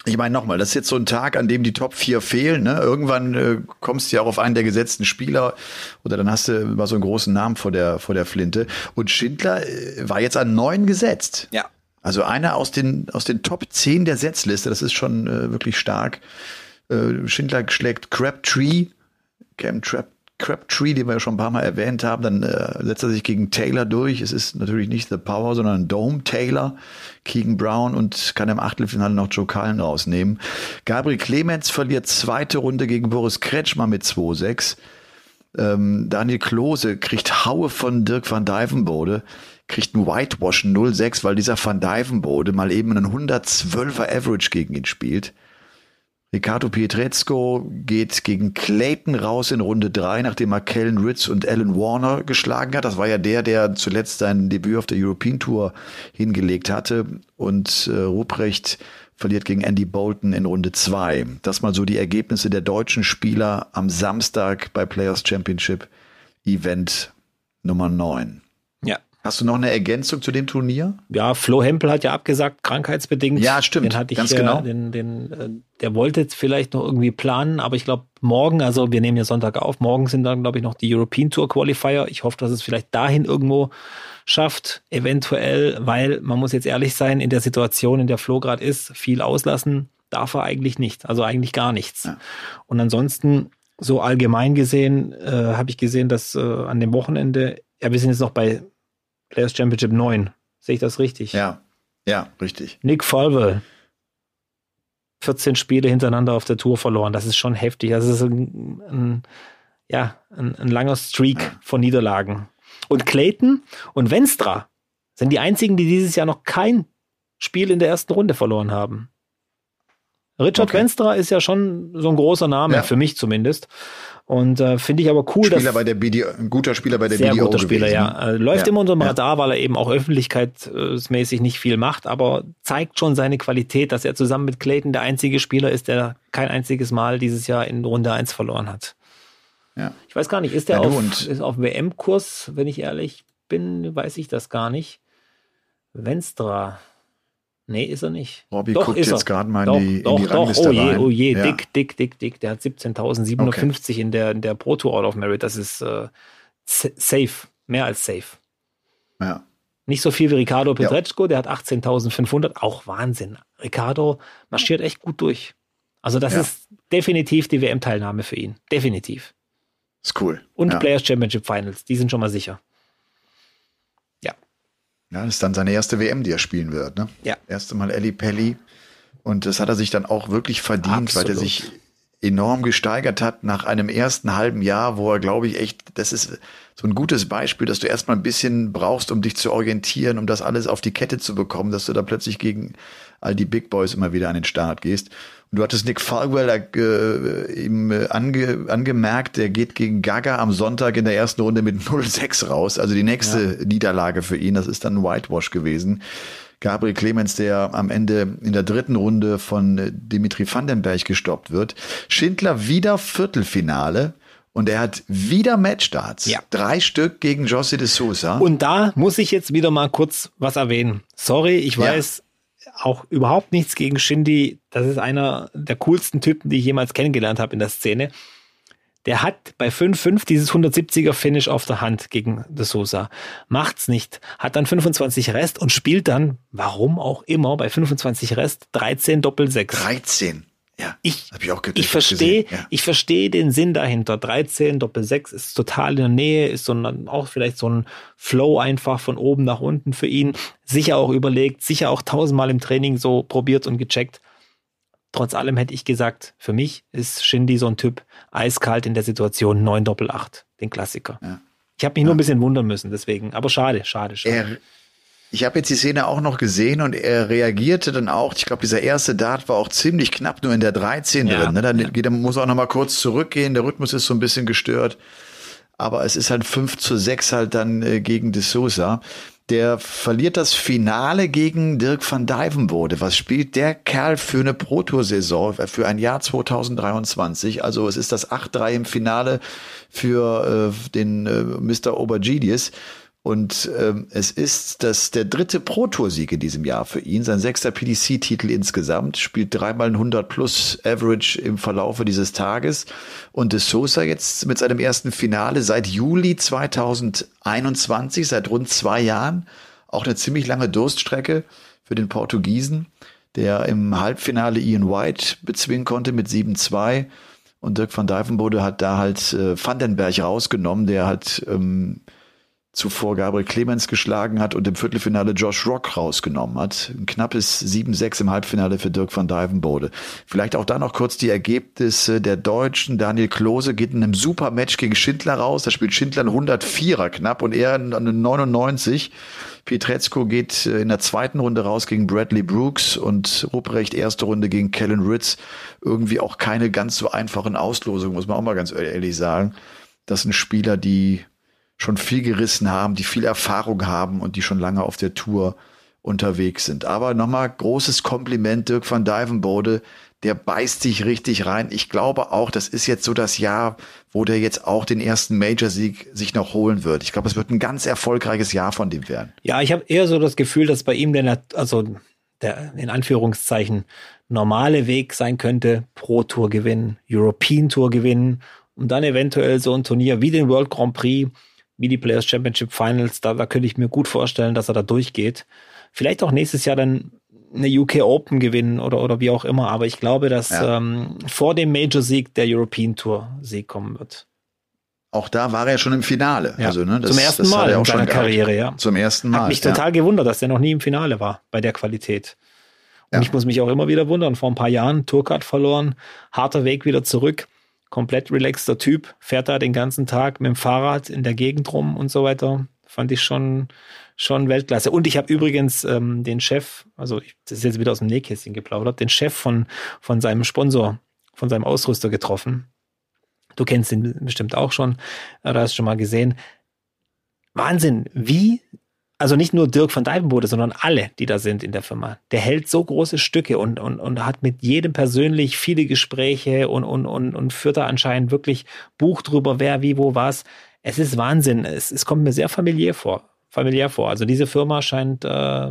Ich meine nochmal, das ist jetzt so ein Tag, an dem die Top 4 fehlen. Ne? Irgendwann kommst du ja auch auf einen der gesetzten Spieler oder dann hast du mal so einen großen Namen vor der Flinte. Und Schindler war jetzt an 9 gesetzt. Ja. Also einer aus den Top 10 der Setzliste, das ist schon wirklich stark. Schindler schlägt Crabtree, Crabtree, den wir ja schon ein paar Mal erwähnt haben, dann setzt er sich gegen Taylor durch. Es ist natürlich nicht The Power, sondern Dome Taylor, Keegan Brown und kann im Achtelfinale noch Joe Cullen rausnehmen. Gabriel Clemens verliert zweite Runde gegen Boris Kretschmer mit 2-6. Daniel Klose kriegt Haue von Dirk van Dijvenbode, kriegt ein Whitewash 0-6, weil dieser van Dijvenbode mal eben einen 112er Average gegen ihn spielt. Ricardo Pietrezco geht gegen Clayton raus in Runde 3, nachdem er Kellen Ritz und Alan Warner geschlagen hat. Das war ja der zuletzt sein Debüt auf der European Tour hingelegt hatte. Und Ruprecht verliert gegen Andy Bolton in Runde 2. Das mal so die Ergebnisse der deutschen Spieler am Samstag bei Players Championship Event Nummer 9. Ja. Hast du noch eine Ergänzung zu dem Turnier? Ja, Flo Hempel hat ja abgesagt, krankheitsbedingt. Ja, stimmt. Den hatte ich, ganz genau. Der wollte jetzt vielleicht noch irgendwie planen, aber ich glaube morgen, also wir nehmen ja Sonntag auf, morgen sind dann, glaube ich, noch die European Tour Qualifier. Ich hoffe, dass es vielleicht dahin irgendwo schafft, eventuell, weil man muss jetzt ehrlich sein, in der Situation, in der Flo gerade ist, viel auslassen darf er eigentlich nicht, also eigentlich gar nichts. Ja. Und ansonsten, so allgemein gesehen, habe ich gesehen, dass an dem Wochenende, ja, wir sind jetzt noch bei Players Championship 9. Sehe ich das richtig? Ja, richtig. Nick Falwell. 14 Spiele hintereinander auf der Tour verloren. Das ist schon heftig. Das ist ein langer Streak von Niederlagen. Und Clayton und Wenstra sind die einzigen, die dieses Jahr noch kein Spiel in der ersten Runde verloren haben. Richard Wenstra ist ja schon so ein großer Name, für mich zumindest. Und finde ich aber cool, ein guter Spieler bei der BDO sehr guter Spieler, gewesen, ja. Läuft immer unter dem Radar, weil er eben auch öffentlichkeitsmäßig nicht viel macht, aber zeigt schon seine Qualität, dass er zusammen mit Clayton der einzige Spieler ist, der kein einziges Mal dieses Jahr in Runde 1 verloren hat. Ja. Ich weiß gar nicht, ist der ist auf WM-Kurs, wenn ich ehrlich bin, weiß ich das gar nicht. Wenstra. Nee, ist er nicht. Robbie guckt jetzt gerade mal in die Rangliste rein. Oh je, ja. Dick. Der hat 17.057 in der Pro Tour Out of Merit. Das ist safe, mehr als safe. Ja. Nicht so viel wie Ricardo Pietrezco, der hat 18.500. Auch Wahnsinn. Ricardo marschiert echt gut durch. Also das ist definitiv die WM-Teilnahme für ihn. Definitiv. Ist cool. Und Players Championship Finals, die sind schon mal sicher. Ja, das ist dann seine erste WM, die er spielen wird. Ne? Ja. Erste Mal Eli Pelli. Und das hat er sich dann auch wirklich verdient, Absolut. weil er sich enorm gesteigert hat nach einem ersten halben Jahr, wo er, glaube ich, echt, das ist so ein gutes Beispiel, dass du erstmal ein bisschen brauchst, um dich zu orientieren, um das alles auf die Kette zu bekommen, dass du da plötzlich gegen all die Big Boys immer wieder an den Start gehst. Und du hattest Nick Falwell ihm angemerkt, der geht gegen Gaga am Sonntag in der ersten Runde mit 0-6 raus. Also die nächste Niederlage für ihn, das ist dann ein Whitewash gewesen. Gabriel Clemens, der am Ende in der dritten Runde von Dimitri Vandenberg gestoppt wird. Schindler wieder Viertelfinale. Und er hat wieder Matchstarts. Ja. 3 Stück gegen José de Sousa. Und da muss ich jetzt wieder mal kurz was erwähnen. Sorry, ich weiß auch überhaupt nichts gegen Shindy. Das ist einer der coolsten Typen, die ich jemals kennengelernt habe in der Szene. Der hat bei 5-5 dieses 170er Finish auf der Hand gegen de Sousa. Macht's nicht. Hat dann 25 Rest und spielt dann, warum auch immer, bei 25 Rest 13 Doppel-6. 13? Ja, hab ich auch ich verstehe den Sinn dahinter. 13 Doppel-6 ist total in der Nähe, ist auch vielleicht so ein Flow einfach von oben nach unten für ihn. Sicher auch überlegt, sicher auch 1000-mal im Training so probiert und gecheckt. Trotz allem hätte ich gesagt, für mich ist Shindy so ein Typ, eiskalt in der Situation, 9 Doppel-8, den Klassiker. Ja. Ich habe mich nur ein bisschen wundern müssen, deswegen. Aber schade. Ich habe jetzt die Szene auch noch gesehen und er reagierte dann auch, ich glaube, dieser erste Dart war auch ziemlich knapp nur in der 13 drin. Ne? Dann muss er auch noch mal kurz zurückgehen, der Rhythmus ist so ein bisschen gestört. Aber es ist halt 5-6 halt dann gegen de Sousa. Der verliert das Finale gegen Dirk van Dijvenbode. Was spielt der Kerl für eine Pro-Tour-Saison für ein Jahr 2023? Also es ist das 8-3 im Finale für den Mr. Obergidis. Und es ist der dritte Pro-Tour-Sieg in diesem Jahr für ihn, sein 6. PDC-Titel insgesamt, spielt 3-mal ein 100-plus-Average im Verlaufe dieses Tages. Und de Sousa jetzt mit seinem ersten Finale seit Juli 2021, seit rund 2 Jahren, auch eine ziemlich lange Durststrecke für den Portugiesen, der im Halbfinale Ian White bezwingen konnte mit 7-2. Und Dirk van Dijvenbode hat da halt Van den Berg rausgenommen, der halt zuvor Gabriel Clemens geschlagen hat und im Viertelfinale Josh Rock rausgenommen hat. Ein knappes 7-6 im Halbfinale für Dirk van Dijvenbode. Vielleicht auch da noch kurz die Ergebnisse der Deutschen. Daniel Klose geht in einem super Match gegen Schindler raus. Da spielt Schindler einen 104er knapp und er einen 99. Pietrezco geht in der zweiten Runde raus gegen Bradley Brooks und Ruprecht erste Runde gegen Kellen Ritz. Irgendwie auch keine ganz so einfachen Auslosungen, muss man auch mal ganz ehrlich sagen. Das sind Spieler, die schon viel gerissen haben, die viel Erfahrung haben und die schon lange auf der Tour unterwegs sind. Aber nochmal großes Kompliment, Dirk van Dijvenbode, der beißt sich richtig rein. Ich glaube auch, das ist jetzt so das Jahr, wo der jetzt auch den ersten Major-Sieg sich noch holen wird. Ich glaube, es wird ein ganz erfolgreiches Jahr von dem werden. Ja, ich habe eher so das Gefühl, dass bei ihm der in Anführungszeichen normale Weg sein könnte, Pro-Tour gewinnen, European Tour gewinnen und dann eventuell so ein Turnier wie den World Grand Prix, wie die Players Championship Finals, da könnte ich mir gut vorstellen, dass er da durchgeht. Vielleicht auch nächstes Jahr dann eine UK Open gewinnen oder wie auch immer, aber ich glaube, dass vor dem Major-Sieg der European Tour-Sieg kommen wird. Auch da war er schon im Finale. Ja. Also, zum ersten Mal in seiner Karriere, ja. Zum ersten Mal. Hat mich total gewundert, dass der noch nie im Finale war bei der Qualität. Und ich muss mich auch immer wieder wundern, vor ein paar Jahren Tourcard verloren, harter Weg wieder zurück, komplett relaxter Typ, fährt da den ganzen Tag mit dem Fahrrad in der Gegend rum und so weiter. Fand ich schon Weltklasse. Und ich habe übrigens den Chef, das ist jetzt wieder aus dem Nähkästchen geplaudert, den Chef von seinem Sponsor, von seinem Ausrüster getroffen. Du kennst ihn bestimmt auch schon, da hast du schon mal gesehen. Wahnsinn, also nicht nur Dirk van Dijvenbode, sondern alle, die da sind in der Firma. Der hält so große Stücke und hat mit jedem persönlich viele Gespräche und führt da anscheinend wirklich Buch drüber, wer, wie, wo, was. Es ist Wahnsinn. Es kommt mir sehr familiär vor. Also diese Firma scheint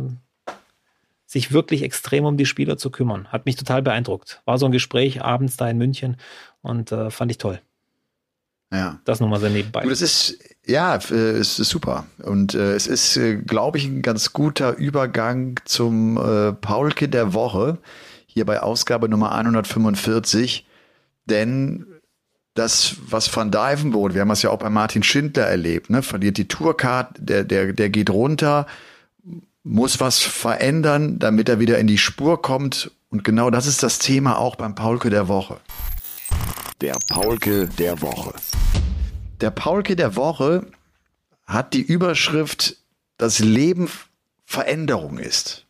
sich wirklich extrem um die Spieler zu kümmern. Hat mich total beeindruckt. War so ein Gespräch abends da in München und fand ich toll. Ja. Das nochmal so nebenbei. Das ist, es ist super. Und es ist, glaube ich, ein ganz guter Übergang zum Paulke der Woche, hier bei Ausgabe Nummer 145. Denn das, was Van Dijvenbode, wir haben das ja auch bei Martin Schindler erlebt, ne, verliert die Tourcard, der geht runter, muss was verändern, damit er wieder in die Spur kommt. Und genau das ist das Thema auch beim Paulke der Woche. Der Paulke der Woche. Der Paulke der Woche hat die Überschrift, das Leben Veränderung ist.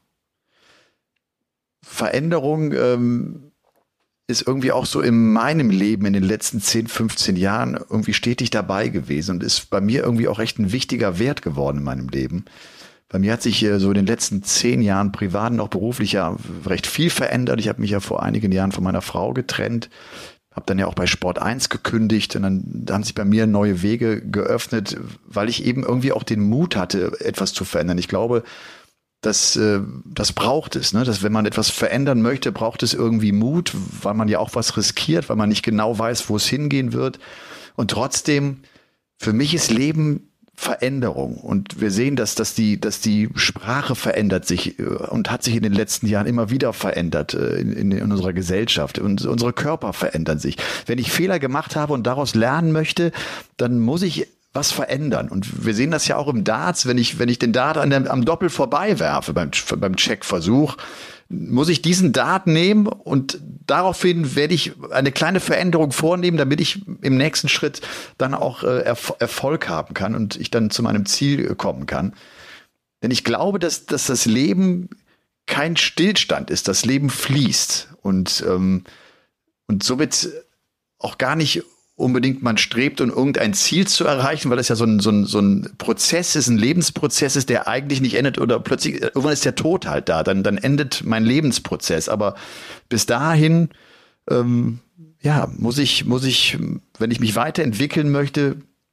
Veränderung ist irgendwie auch so in meinem Leben in den letzten 10, 15 Jahren irgendwie stetig dabei gewesen und ist bei mir irgendwie auch echt ein wichtiger Wert geworden in meinem Leben. Bei mir hat sich so in den letzten 10 Jahren privat und auch beruflich ja recht viel verändert. Ich habe mich ja vor einigen Jahren von meiner Frau getrennt. Habe dann ja auch bei Sport 1 gekündigt und dann haben sich bei mir neue Wege geöffnet, weil ich eben irgendwie auch den Mut hatte, etwas zu verändern. Ich glaube, das braucht es, ne? Dass wenn man etwas verändern möchte, braucht es irgendwie Mut, weil man ja auch was riskiert, weil man nicht genau weiß, wo es hingehen wird. Und trotzdem, für mich ist Leben Veränderung. Und wir sehen, dass die Sprache verändert sich und hat sich in den letzten Jahren immer wieder verändert in unserer Gesellschaft. Und unsere Körper verändern sich. Wenn ich Fehler gemacht habe und daraus lernen möchte, dann muss ich was verändern. Und wir sehen das ja auch im Darts, wenn ich den Dart am Doppel vorbei werfe beim Checkversuch, muss ich diesen Dart nehmen und daraufhin werde ich eine kleine Veränderung vornehmen, damit ich im nächsten Schritt dann auch Erfolg haben kann und ich dann zu meinem Ziel kommen kann. Denn ich glaube, dass das Leben kein Stillstand ist, das Leben fließt und somit auch gar nicht unbedingt man strebt, um irgendein Ziel zu erreichen, weil das ja so ein Prozess ist, ein Lebensprozess ist, der eigentlich nicht endet oder plötzlich, irgendwann ist der Tod halt da, dann endet mein Lebensprozess. Aber bis dahin, muss ich, wenn ich mich weiterentwickeln möchte,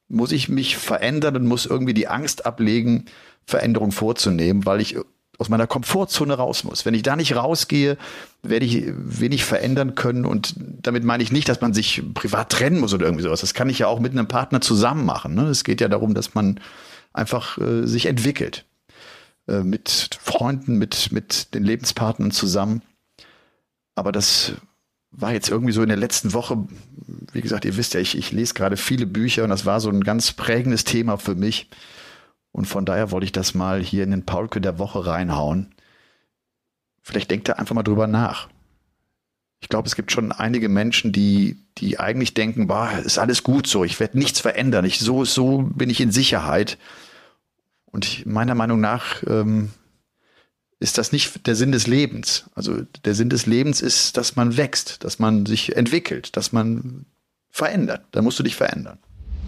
muss ich mich verändern und muss irgendwie die Angst ablegen, Veränderung vorzunehmen, weil ich aus meiner Komfortzone raus muss. Wenn ich da nicht rausgehe, werde ich wenig verändern können. Und damit meine ich nicht, dass man sich privat trennen muss oder irgendwie sowas. Das kann ich ja auch mit einem Partner zusammen machen. Ne? Es geht ja darum, dass man einfach sich entwickelt. Mit Freunden, mit den Lebenspartnern zusammen. Aber das war jetzt irgendwie so in der letzten Woche, wie gesagt, ihr wisst ja, ich lese gerade viele Bücher und das war so ein ganz prägendes Thema für mich. Und von daher wollte ich das mal hier in den Paulke der Woche reinhauen. Vielleicht denkt ihr einfach mal drüber nach. Ich glaube, es gibt schon einige Menschen, die eigentlich denken, boah, ist alles gut so, ich werde nichts verändern, so bin ich in Sicherheit. Und meiner Meinung nach ist das nicht der Sinn des Lebens. Also der Sinn des Lebens ist, dass man wächst, dass man sich entwickelt, dass man verändert. Da musst du dich verändern.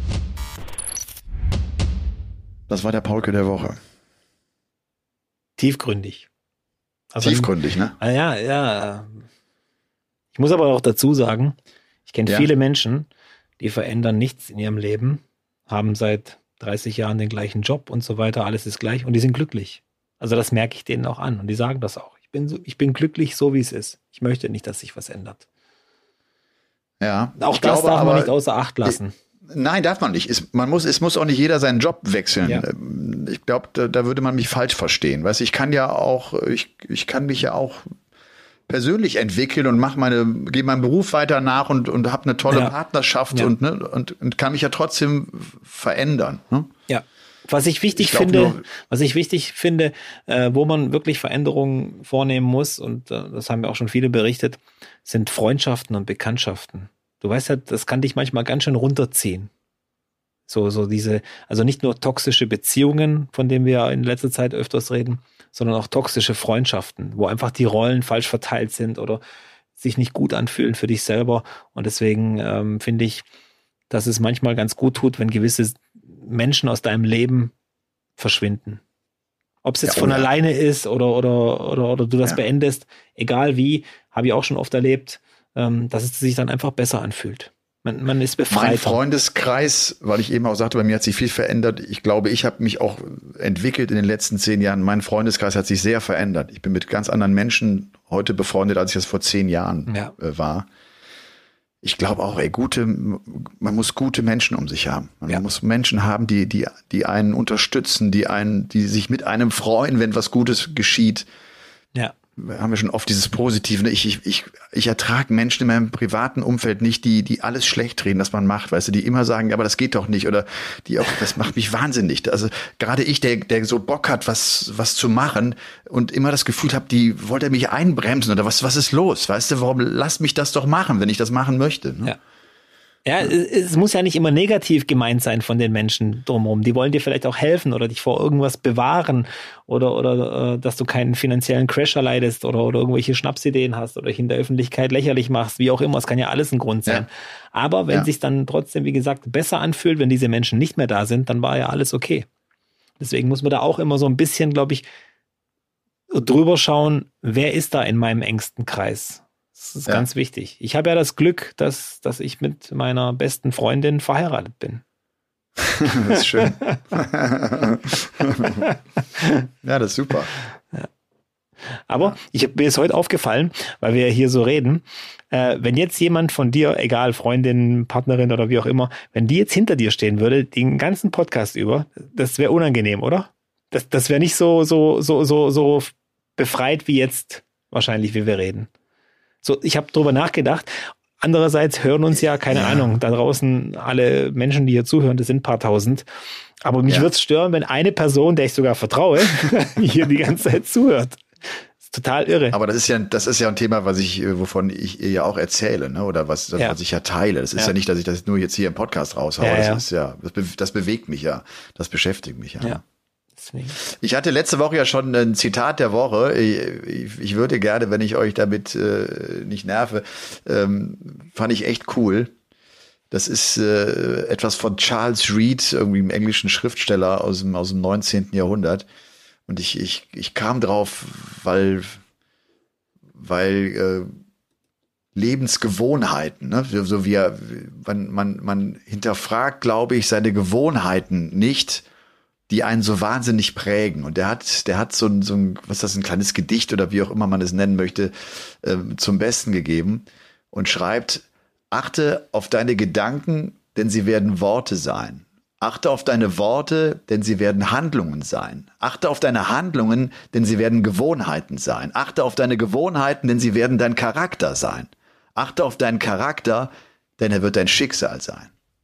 Das war der Paulke der Woche. Tiefgründig. Tiefgründig, ne? Ja. Ich muss aber auch dazu sagen, ich kenne viele Menschen, die verändern nichts in ihrem Leben, haben seit 30 Jahren den gleichen Job und so weiter, alles ist gleich und die sind glücklich. Also das merke ich denen auch an und die sagen das auch. Ich bin glücklich, so wie es ist. Ich möchte nicht, dass sich was ändert. Ja. Auch das darf man nicht außer Acht lassen. Nein, darf man nicht. Es muss auch nicht jeder seinen Job wechseln. Ja. Ich glaube, da würde man mich falsch verstehen. Weißt, ich kann mich ja auch persönlich entwickeln und gehe meinem Beruf weiter nach und habe eine tolle Partnerschaft und kann mich ja trotzdem verändern. Ne? Ja. Was ich wichtig finde, wo man wirklich Veränderungen vornehmen muss, und das haben ja auch schon viele berichtet, sind Freundschaften und Bekanntschaften. Du weißt ja, das kann dich manchmal ganz schön runterziehen. So diese, also nicht nur toxische Beziehungen, von denen wir in letzter Zeit öfters reden, sondern auch toxische Freundschaften, wo einfach die Rollen falsch verteilt sind oder sich nicht gut anfühlen für dich selber. Und deswegen finde ich, dass es manchmal ganz gut tut, wenn gewisse Menschen aus deinem Leben verschwinden. Ob es jetzt von alleine ist oder du das beendest, egal wie, habe ich auch schon oft erlebt, dass es sich dann einfach besser anfühlt. Man ist befreit. Mein Freundeskreis, weil ich eben auch sagte, bei mir hat sich viel verändert. Ich glaube, ich habe mich auch entwickelt in den letzten 10 Jahren. Mein Freundeskreis hat sich sehr verändert. Ich bin mit ganz anderen Menschen heute befreundet, als ich das vor 10 Jahren war. Ich glaube auch, man muss gute Menschen um sich haben. Man muss Menschen haben, die einen unterstützen, die sich mit einem freuen, wenn was Gutes geschieht. Ja. Haben wir schon oft dieses Positive. Ich ertrage Menschen in meinem privaten Umfeld nicht, die alles schlecht reden, was man macht, weißt du, die immer sagen, ja, aber das geht doch nicht, oder die auch, das macht mich wahnsinnig. Also gerade ich, der so Bock hat, was zu machen und immer das Gefühl habe, die wollte mich einbremsen oder was ist los, weißt du, warum lass mich das doch machen, wenn ich das machen möchte. Ne? Ja, es muss ja nicht immer negativ gemeint sein von den Menschen drumherum. Die wollen dir vielleicht auch helfen oder dich vor irgendwas bewahren oder dass du keinen finanziellen Crash erleidest oder irgendwelche Schnapsideen hast oder dich in der Öffentlichkeit lächerlich machst, wie auch immer. Es kann ja alles ein Grund sein. Ja. Aber wenn sich dann trotzdem, wie gesagt, besser anfühlt, wenn diese Menschen nicht mehr da sind, dann war ja alles okay. Deswegen muss man da auch immer so ein bisschen, glaube ich, drüber schauen, wer ist da in meinem engsten Kreis? Das ist ganz wichtig. Ich habe ja das Glück, dass ich mit meiner besten Freundin verheiratet bin. Das ist schön. Ja, das ist super. Ja. Aber mir ist heute aufgefallen, weil wir hier so reden, wenn jetzt jemand von dir, egal Freundin, Partnerin oder wie auch immer, wenn die jetzt hinter dir stehen würde, den ganzen Podcast über, das wäre unangenehm, oder? Das wäre nicht so befreit wie jetzt wahrscheinlich, wie wir reden. So, ich habe drüber nachgedacht. Andererseits hören uns ja, keine Ahnung, da draußen alle Menschen, die hier zuhören, das sind ein paar tausend. Aber mich würde es stören, wenn eine Person, der ich sogar vertraue, hier die ganze Zeit zuhört. Das ist total irre. Aber das ist ja ein Thema, wovon ich ihr ja auch erzähle, ne? Oder was ich ja teile. Das ist ja nicht, dass ich das nur jetzt hier im Podcast raushaue. Das bewegt mich ja. Das beschäftigt mich ja. Ich hatte letzte Woche ja schon ein Zitat der Woche. Ich würde gerne, wenn ich euch damit nicht nerve, fand ich echt cool. Das ist etwas von Charles Reed, irgendwie einem englischen Schriftsteller aus dem 19. Jahrhundert. Und ich kam drauf, weil Lebensgewohnheiten. Ne? So wie man hinterfragt, glaube ich, seine Gewohnheiten nicht, die einen so wahnsinnig prägen. Und der hat so ein, was ist das, ein kleines Gedicht oder wie auch immer man es nennen möchte, zum Besten gegeben und schreibt: Achte auf deine Gedanken, denn sie werden Worte sein. Achte auf deine Worte, denn sie werden Handlungen sein. Achte auf deine Handlungen, denn sie werden Gewohnheiten sein. Achte auf deine Gewohnheiten, denn sie werden dein Charakter sein. Achte auf deinen Charakter, denn er wird dein Schicksal sein.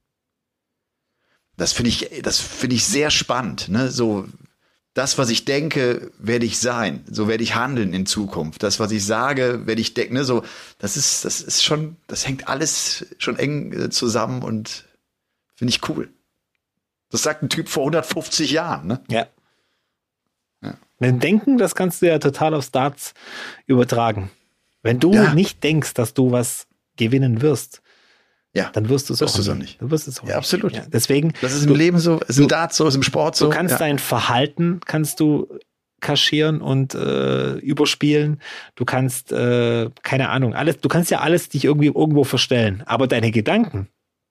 Das finde ich sehr spannend. Ne? So, das, was ich denke, werde ich sein. So werde ich handeln in Zukunft. Das, was ich sage, werde ich denken. Ne? So, das ist schon, das hängt alles schon eng zusammen und finde ich cool. Das sagt ein Typ vor 150 Jahren, ne? Ja. Mit Denken, das kannst du ja total aufs Darts übertragen. Wenn du nicht denkst, dass du was gewinnen wirst, dann wirst du es auch nicht. Du wirst es auch nicht. Absolut. Ja, deswegen. Das ist im Leben so, ist im Darts so, ist im Sport so. Du kannst dein Verhalten, kaschieren und überspielen. Du kannst, keine Ahnung, du kannst ja alles dich irgendwo verstellen. Aber deine Gedanken,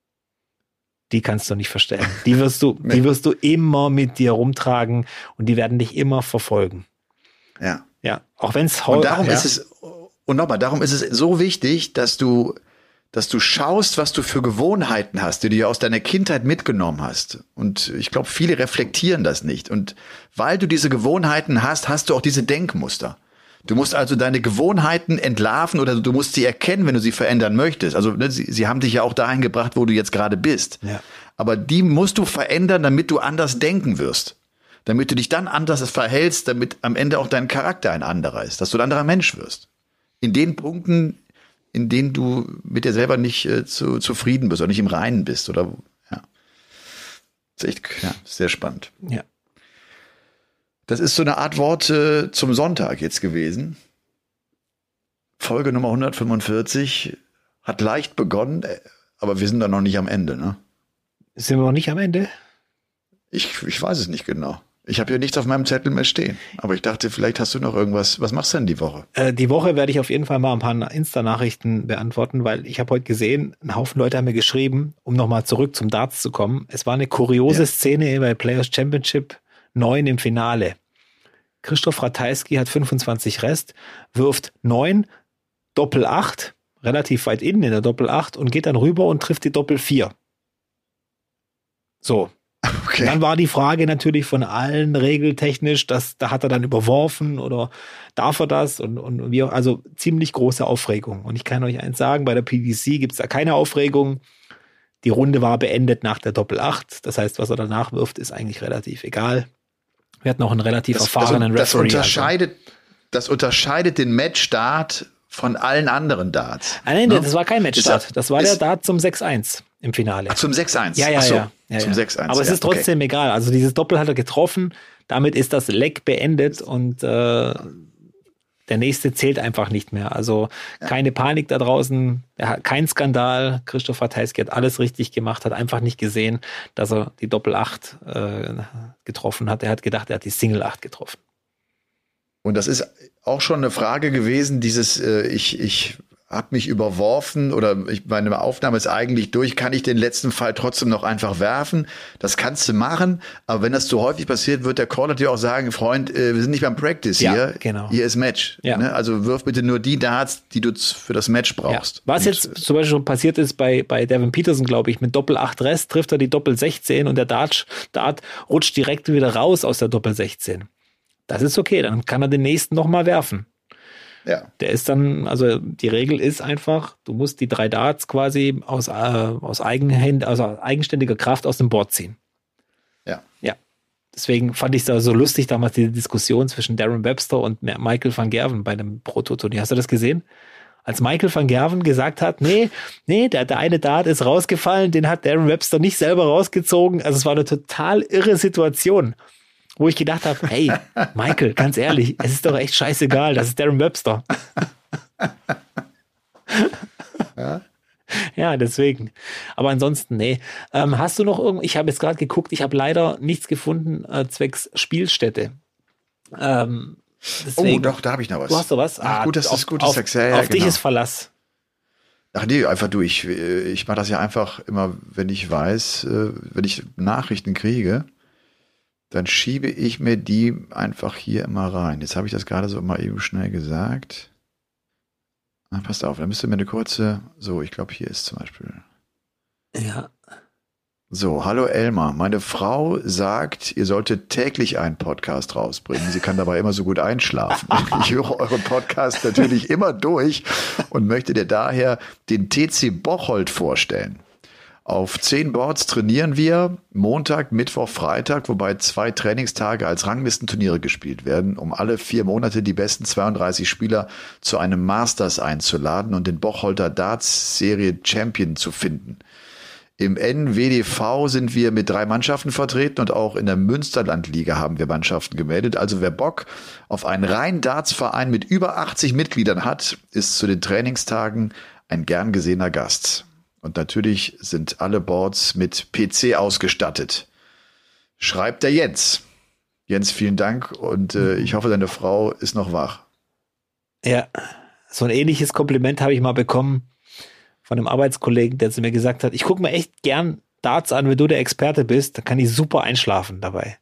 die kannst du nicht verstellen. Die wirst du immer mit dir rumtragen und die werden dich immer verfolgen. Ja. Ja. Auch wenn es darum ist es so wichtig, dass du schaust, was du für Gewohnheiten hast, die du ja aus deiner Kindheit mitgenommen hast. Und ich glaube, viele reflektieren das nicht. Und weil du diese Gewohnheiten hast, hast du auch diese Denkmuster. Du musst also deine Gewohnheiten entlarven oder du musst sie erkennen, wenn du sie verändern möchtest. Also ne, sie haben dich ja auch dahin gebracht, wo du jetzt gerade bist. Ja. Aber die musst du verändern, damit du anders denken wirst. Damit du dich dann anders verhältst, damit am Ende auch dein Charakter ein anderer ist. Dass du ein anderer Mensch wirst. In den Punkten, in denen du mit dir selber nicht zufrieden bist oder nicht im Reinen bist. Oder ja. Das ist echt sehr spannend. Ja. Das ist so eine Art Wort zum Sonntag jetzt gewesen. Folge Nummer 145 hat leicht begonnen, aber wir sind da noch nicht am Ende, ne? Sind wir noch nicht am Ende? Ich weiß es nicht genau. Ich habe hier nichts auf meinem Zettel mehr stehen. Aber ich dachte, vielleicht hast du noch irgendwas. Was machst du denn die Woche? Die Woche werde ich auf jeden Fall mal ein paar Insta-Nachrichten beantworten, weil ich habe heute gesehen, ein Haufen Leute haben mir geschrieben, um nochmal zurück zum Darts zu kommen. Es war eine kuriose Szene bei Players Championship 9 im Finale. Christoph Ratajski hat 25 Rest, wirft 9, Doppel 8, relativ weit innen in der Doppel 8 und geht dann rüber und trifft die Doppel 4. So. Okay. Dann war die Frage natürlich von allen regeltechnisch, da hat er dann überworfen oder darf er das und wir, also ziemlich große Aufregung. Und ich kann euch eins sagen, bei der PDC gibt es da keine Aufregung. Die Runde war beendet nach der Doppel 8. Das heißt, was er danach wirft, ist eigentlich relativ egal. Wir hatten auch einen relativ erfahrenen Referee. Das unterscheidet den Matchstart von allen anderen Darts. Nein, das war kein Matchstart. Das war der Dart zum 6-1 im Finale. Ach, zum 6-1? Ja. Zum 6-1. Aber es ist trotzdem egal. Also dieses Doppel hat er getroffen. Damit ist das Leck beendet und der nächste zählt einfach nicht mehr. Also keine Panik da draußen, kein Skandal. Christoph Ratajski hat alles richtig gemacht, hat einfach nicht gesehen, dass er die Doppel 8 getroffen hat. Er hat gedacht, er hat die Single 8 getroffen. Und das ist auch schon eine Frage gewesen, dieses ich habe mich überworfen oder meine Aufnahme ist eigentlich durch, kann ich den letzten Fall trotzdem noch einfach werfen? Das kannst du machen, aber wenn das zu häufig passiert, wird der Caller dir auch sagen, Freund, wir sind nicht beim Practice hier, genau. Hier ist Match. Ja. Ne? Also wirf bitte nur die Darts, die du für das Match brauchst. Ja. Was jetzt zum Beispiel schon passiert ist bei Devin Peterson, glaube ich, mit Doppel 8 Rest trifft er die Doppel 16 und der Dart rutscht direkt wieder raus aus der Doppel 16. Das ist okay, dann kann er den nächsten nochmal werfen. Ja. Der ist dann, also die Regel ist einfach, du musst die 3 Darts quasi aus eigenständiger Kraft aus dem Board ziehen. Ja. Ja. Deswegen fand ich es da so lustig damals, diese Diskussion zwischen Darren Webster und Michael van Gerwen bei dem Proto-Turnier. Hast du das gesehen? Als Michael van Gerwen gesagt hat, nee, der eine Dart ist rausgefallen, den hat Darren Webster nicht selber rausgezogen. Also es war eine total irre Situation. Wo ich gedacht habe, hey, Michael, ganz ehrlich, es ist doch echt scheißegal, das ist Darren Webster. Ja, deswegen. Aber ansonsten, nee. Hast du noch ich habe jetzt gerade geguckt, ich habe leider nichts gefunden zwecks Spielstätte. Deswegen, doch, da habe ich noch was. Du hast doch was? Ach, gut, das ist gut. Auf dich ist Verlass. Ach nee, einfach du. Ich mache das ja einfach immer, wenn ich weiß, wenn ich Nachrichten kriege, dann schiebe ich mir die einfach hier immer rein. Jetzt habe ich das gerade so mal eben schnell gesagt. Passt auf, dann müsst ihr mir eine kurze, so, ich glaube, hier ist zum Beispiel. Ja. So, hallo Elmar, meine Frau sagt, ihr solltet täglich einen Podcast rausbringen. Sie kann dabei immer so gut einschlafen. Ich höre euren Podcast natürlich immer durch und möchte dir daher den TC Bocholt vorstellen. Auf 10 Boards trainieren wir Montag, Mittwoch, Freitag, wobei 2 Trainingstage als Ranglistenturniere gespielt werden, um alle 4 Monate die besten 32 Spieler zu einem Masters einzuladen und den Bocholter Darts Serie Champion zu finden. Im NWDV sind wir mit 3 Mannschaften vertreten und auch in der Münsterlandliga haben wir Mannschaften gemeldet. Also wer Bock auf einen reinen Dartsverein mit über 80 Mitgliedern hat, ist zu den Trainingstagen ein gern gesehener Gast. Und natürlich sind alle Boards mit PC ausgestattet. Schreibt der Jens. Jens, vielen Dank und ich hoffe, deine Frau ist noch wach. Ja, so ein ähnliches Kompliment habe ich mal bekommen von einem Arbeitskollegen, der zu mir gesagt hat, ich gucke mir echt gern Darts an, wenn du der Experte bist, dann kann ich super einschlafen dabei.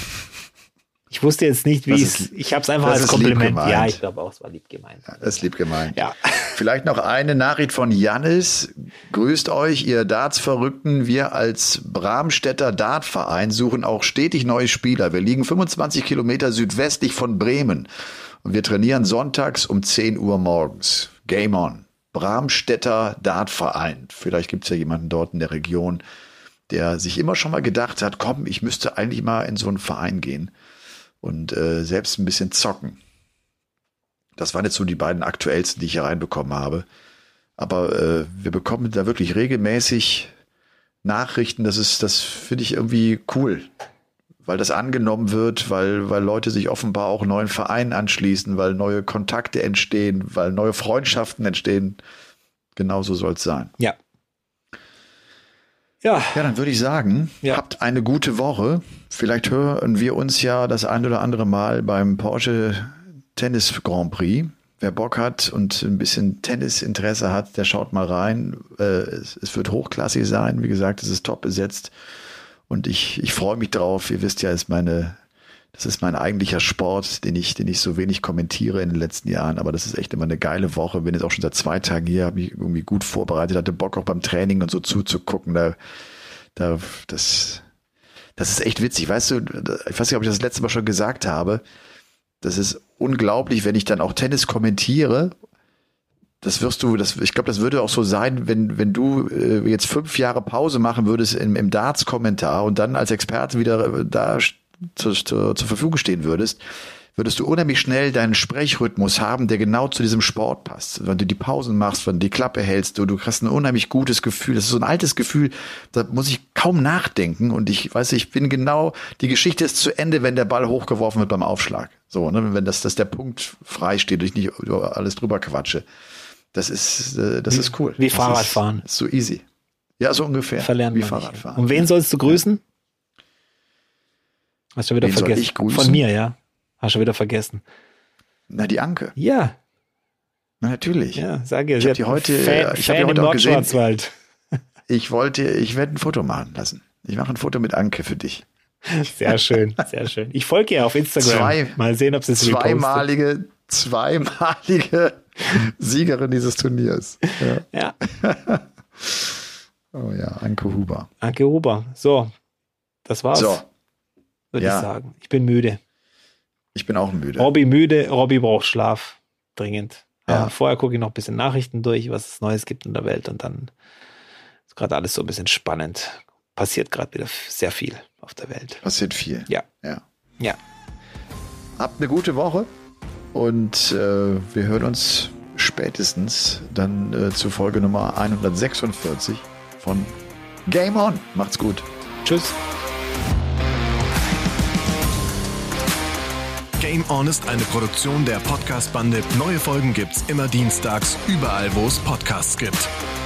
Ich wusste jetzt nicht, wie es, ich habe es einfach als Kompliment. Ja, ich glaube auch, es war lieb gemeint. Ja, das ist lieb gemeint. Ja. Vielleicht noch eine Nachricht von Jannis. Grüßt euch, ihr Darts-Verrückten. Wir als Bramstädter Dartverein suchen auch stetig neue Spieler. Wir liegen 25 Kilometer südwestlich von Bremen und wir trainieren sonntags um 10 Uhr morgens. Game on. Bramstädter Dartverein. Vielleicht gibt es ja jemanden dort in der Region, der sich immer schon mal gedacht hat, komm, ich müsste eigentlich mal in so einen Verein gehen und selbst ein bisschen zocken. Das waren jetzt so die beiden aktuellsten, die ich hier reinbekommen habe. Aber wir bekommen da wirklich regelmäßig Nachrichten. Das finde ich irgendwie cool, weil das angenommen wird, weil Leute sich offenbar auch neuen Vereinen anschließen, weil neue Kontakte entstehen, weil neue Freundschaften entstehen. Genauso soll es sein. Ja. Ja, dann würde ich sagen, habt eine gute Woche. Vielleicht hören wir uns ja das ein oder andere Mal beim Porsche Tennis Grand Prix. Wer Bock hat und ein bisschen Tennisinteresse hat, der schaut mal rein. Es wird hochklassig sein. Wie gesagt, es ist top besetzt. Und ich freue mich drauf. Ihr wisst ja, das ist mein eigentlicher Sport, den ich so wenig kommentiere in den letzten Jahren. Aber das ist echt immer eine geile Woche. Bin jetzt auch schon seit 2 Tagen hier, habe mich irgendwie gut vorbereitet, hatte Bock auch beim Training und so zuzugucken. Das ist echt witzig. Weißt du, ich weiß nicht, ob ich das letzte Mal schon gesagt habe. Das ist unglaublich, wenn ich dann auch Tennis kommentiere. Ich glaube, das würde auch so sein, wenn du jetzt 5 Jahre Pause machen würdest im Darts-Kommentar und dann als Experte wieder da zur Verfügung stehen würdest du unheimlich schnell deinen Sprechrhythmus haben, der genau zu diesem Sport passt. Wenn du die Pausen machst, wenn du die Klappe hältst, du hast ein unheimlich gutes Gefühl. Das ist so ein altes Gefühl, da muss ich kaum nachdenken und ich bin genau, die Geschichte ist zu Ende, wenn der Ball hochgeworfen wird beim Aufschlag. So, ne, wenn dass der Punkt frei steht und ich nicht über alles drüber quatsche. Das ist cool. Wie Fahrradfahren. Ist so easy. Ja, so ungefähr. Verlernen wie wir Fahrradfahren. Und wen sollst du grüßen? Hast du wieder wen vergessen? Soll ich grüßen? Von mir, ja. Hast du wieder vergessen. Na, die Anke. Ja. Na, natürlich. Ja, sag ja. Ich habe die heute auch gesehen. Ich werde ein Foto machen lassen. Ich mache ein Foto mit Anke für dich. Sehr schön, sehr schön. Ich folge ihr auf Instagram. Mal sehen, ob sie es zweimalige Siegerin dieses Turniers. Ja. Oh ja, Anke Huber. Anke Huber. So, das war's. So. Würde ich sagen. Ich bin müde. Ich bin auch müde. Robby müde. Robby braucht Schlaf. Dringend. Ja. Vorher gucke ich noch ein bisschen Nachrichten durch, was es Neues gibt in der Welt und dann ist gerade alles so ein bisschen spannend. Passiert gerade wieder sehr viel auf der Welt. Passiert viel. Ja. Habt eine gute Woche und wir hören uns spätestens dann zur Folge Nummer 146 von Game On. Macht's gut. Tschüss. Game On ist eine Produktion der Podcast-Bande. Neue Folgen gibt's immer dienstags, überall wo es Podcasts gibt.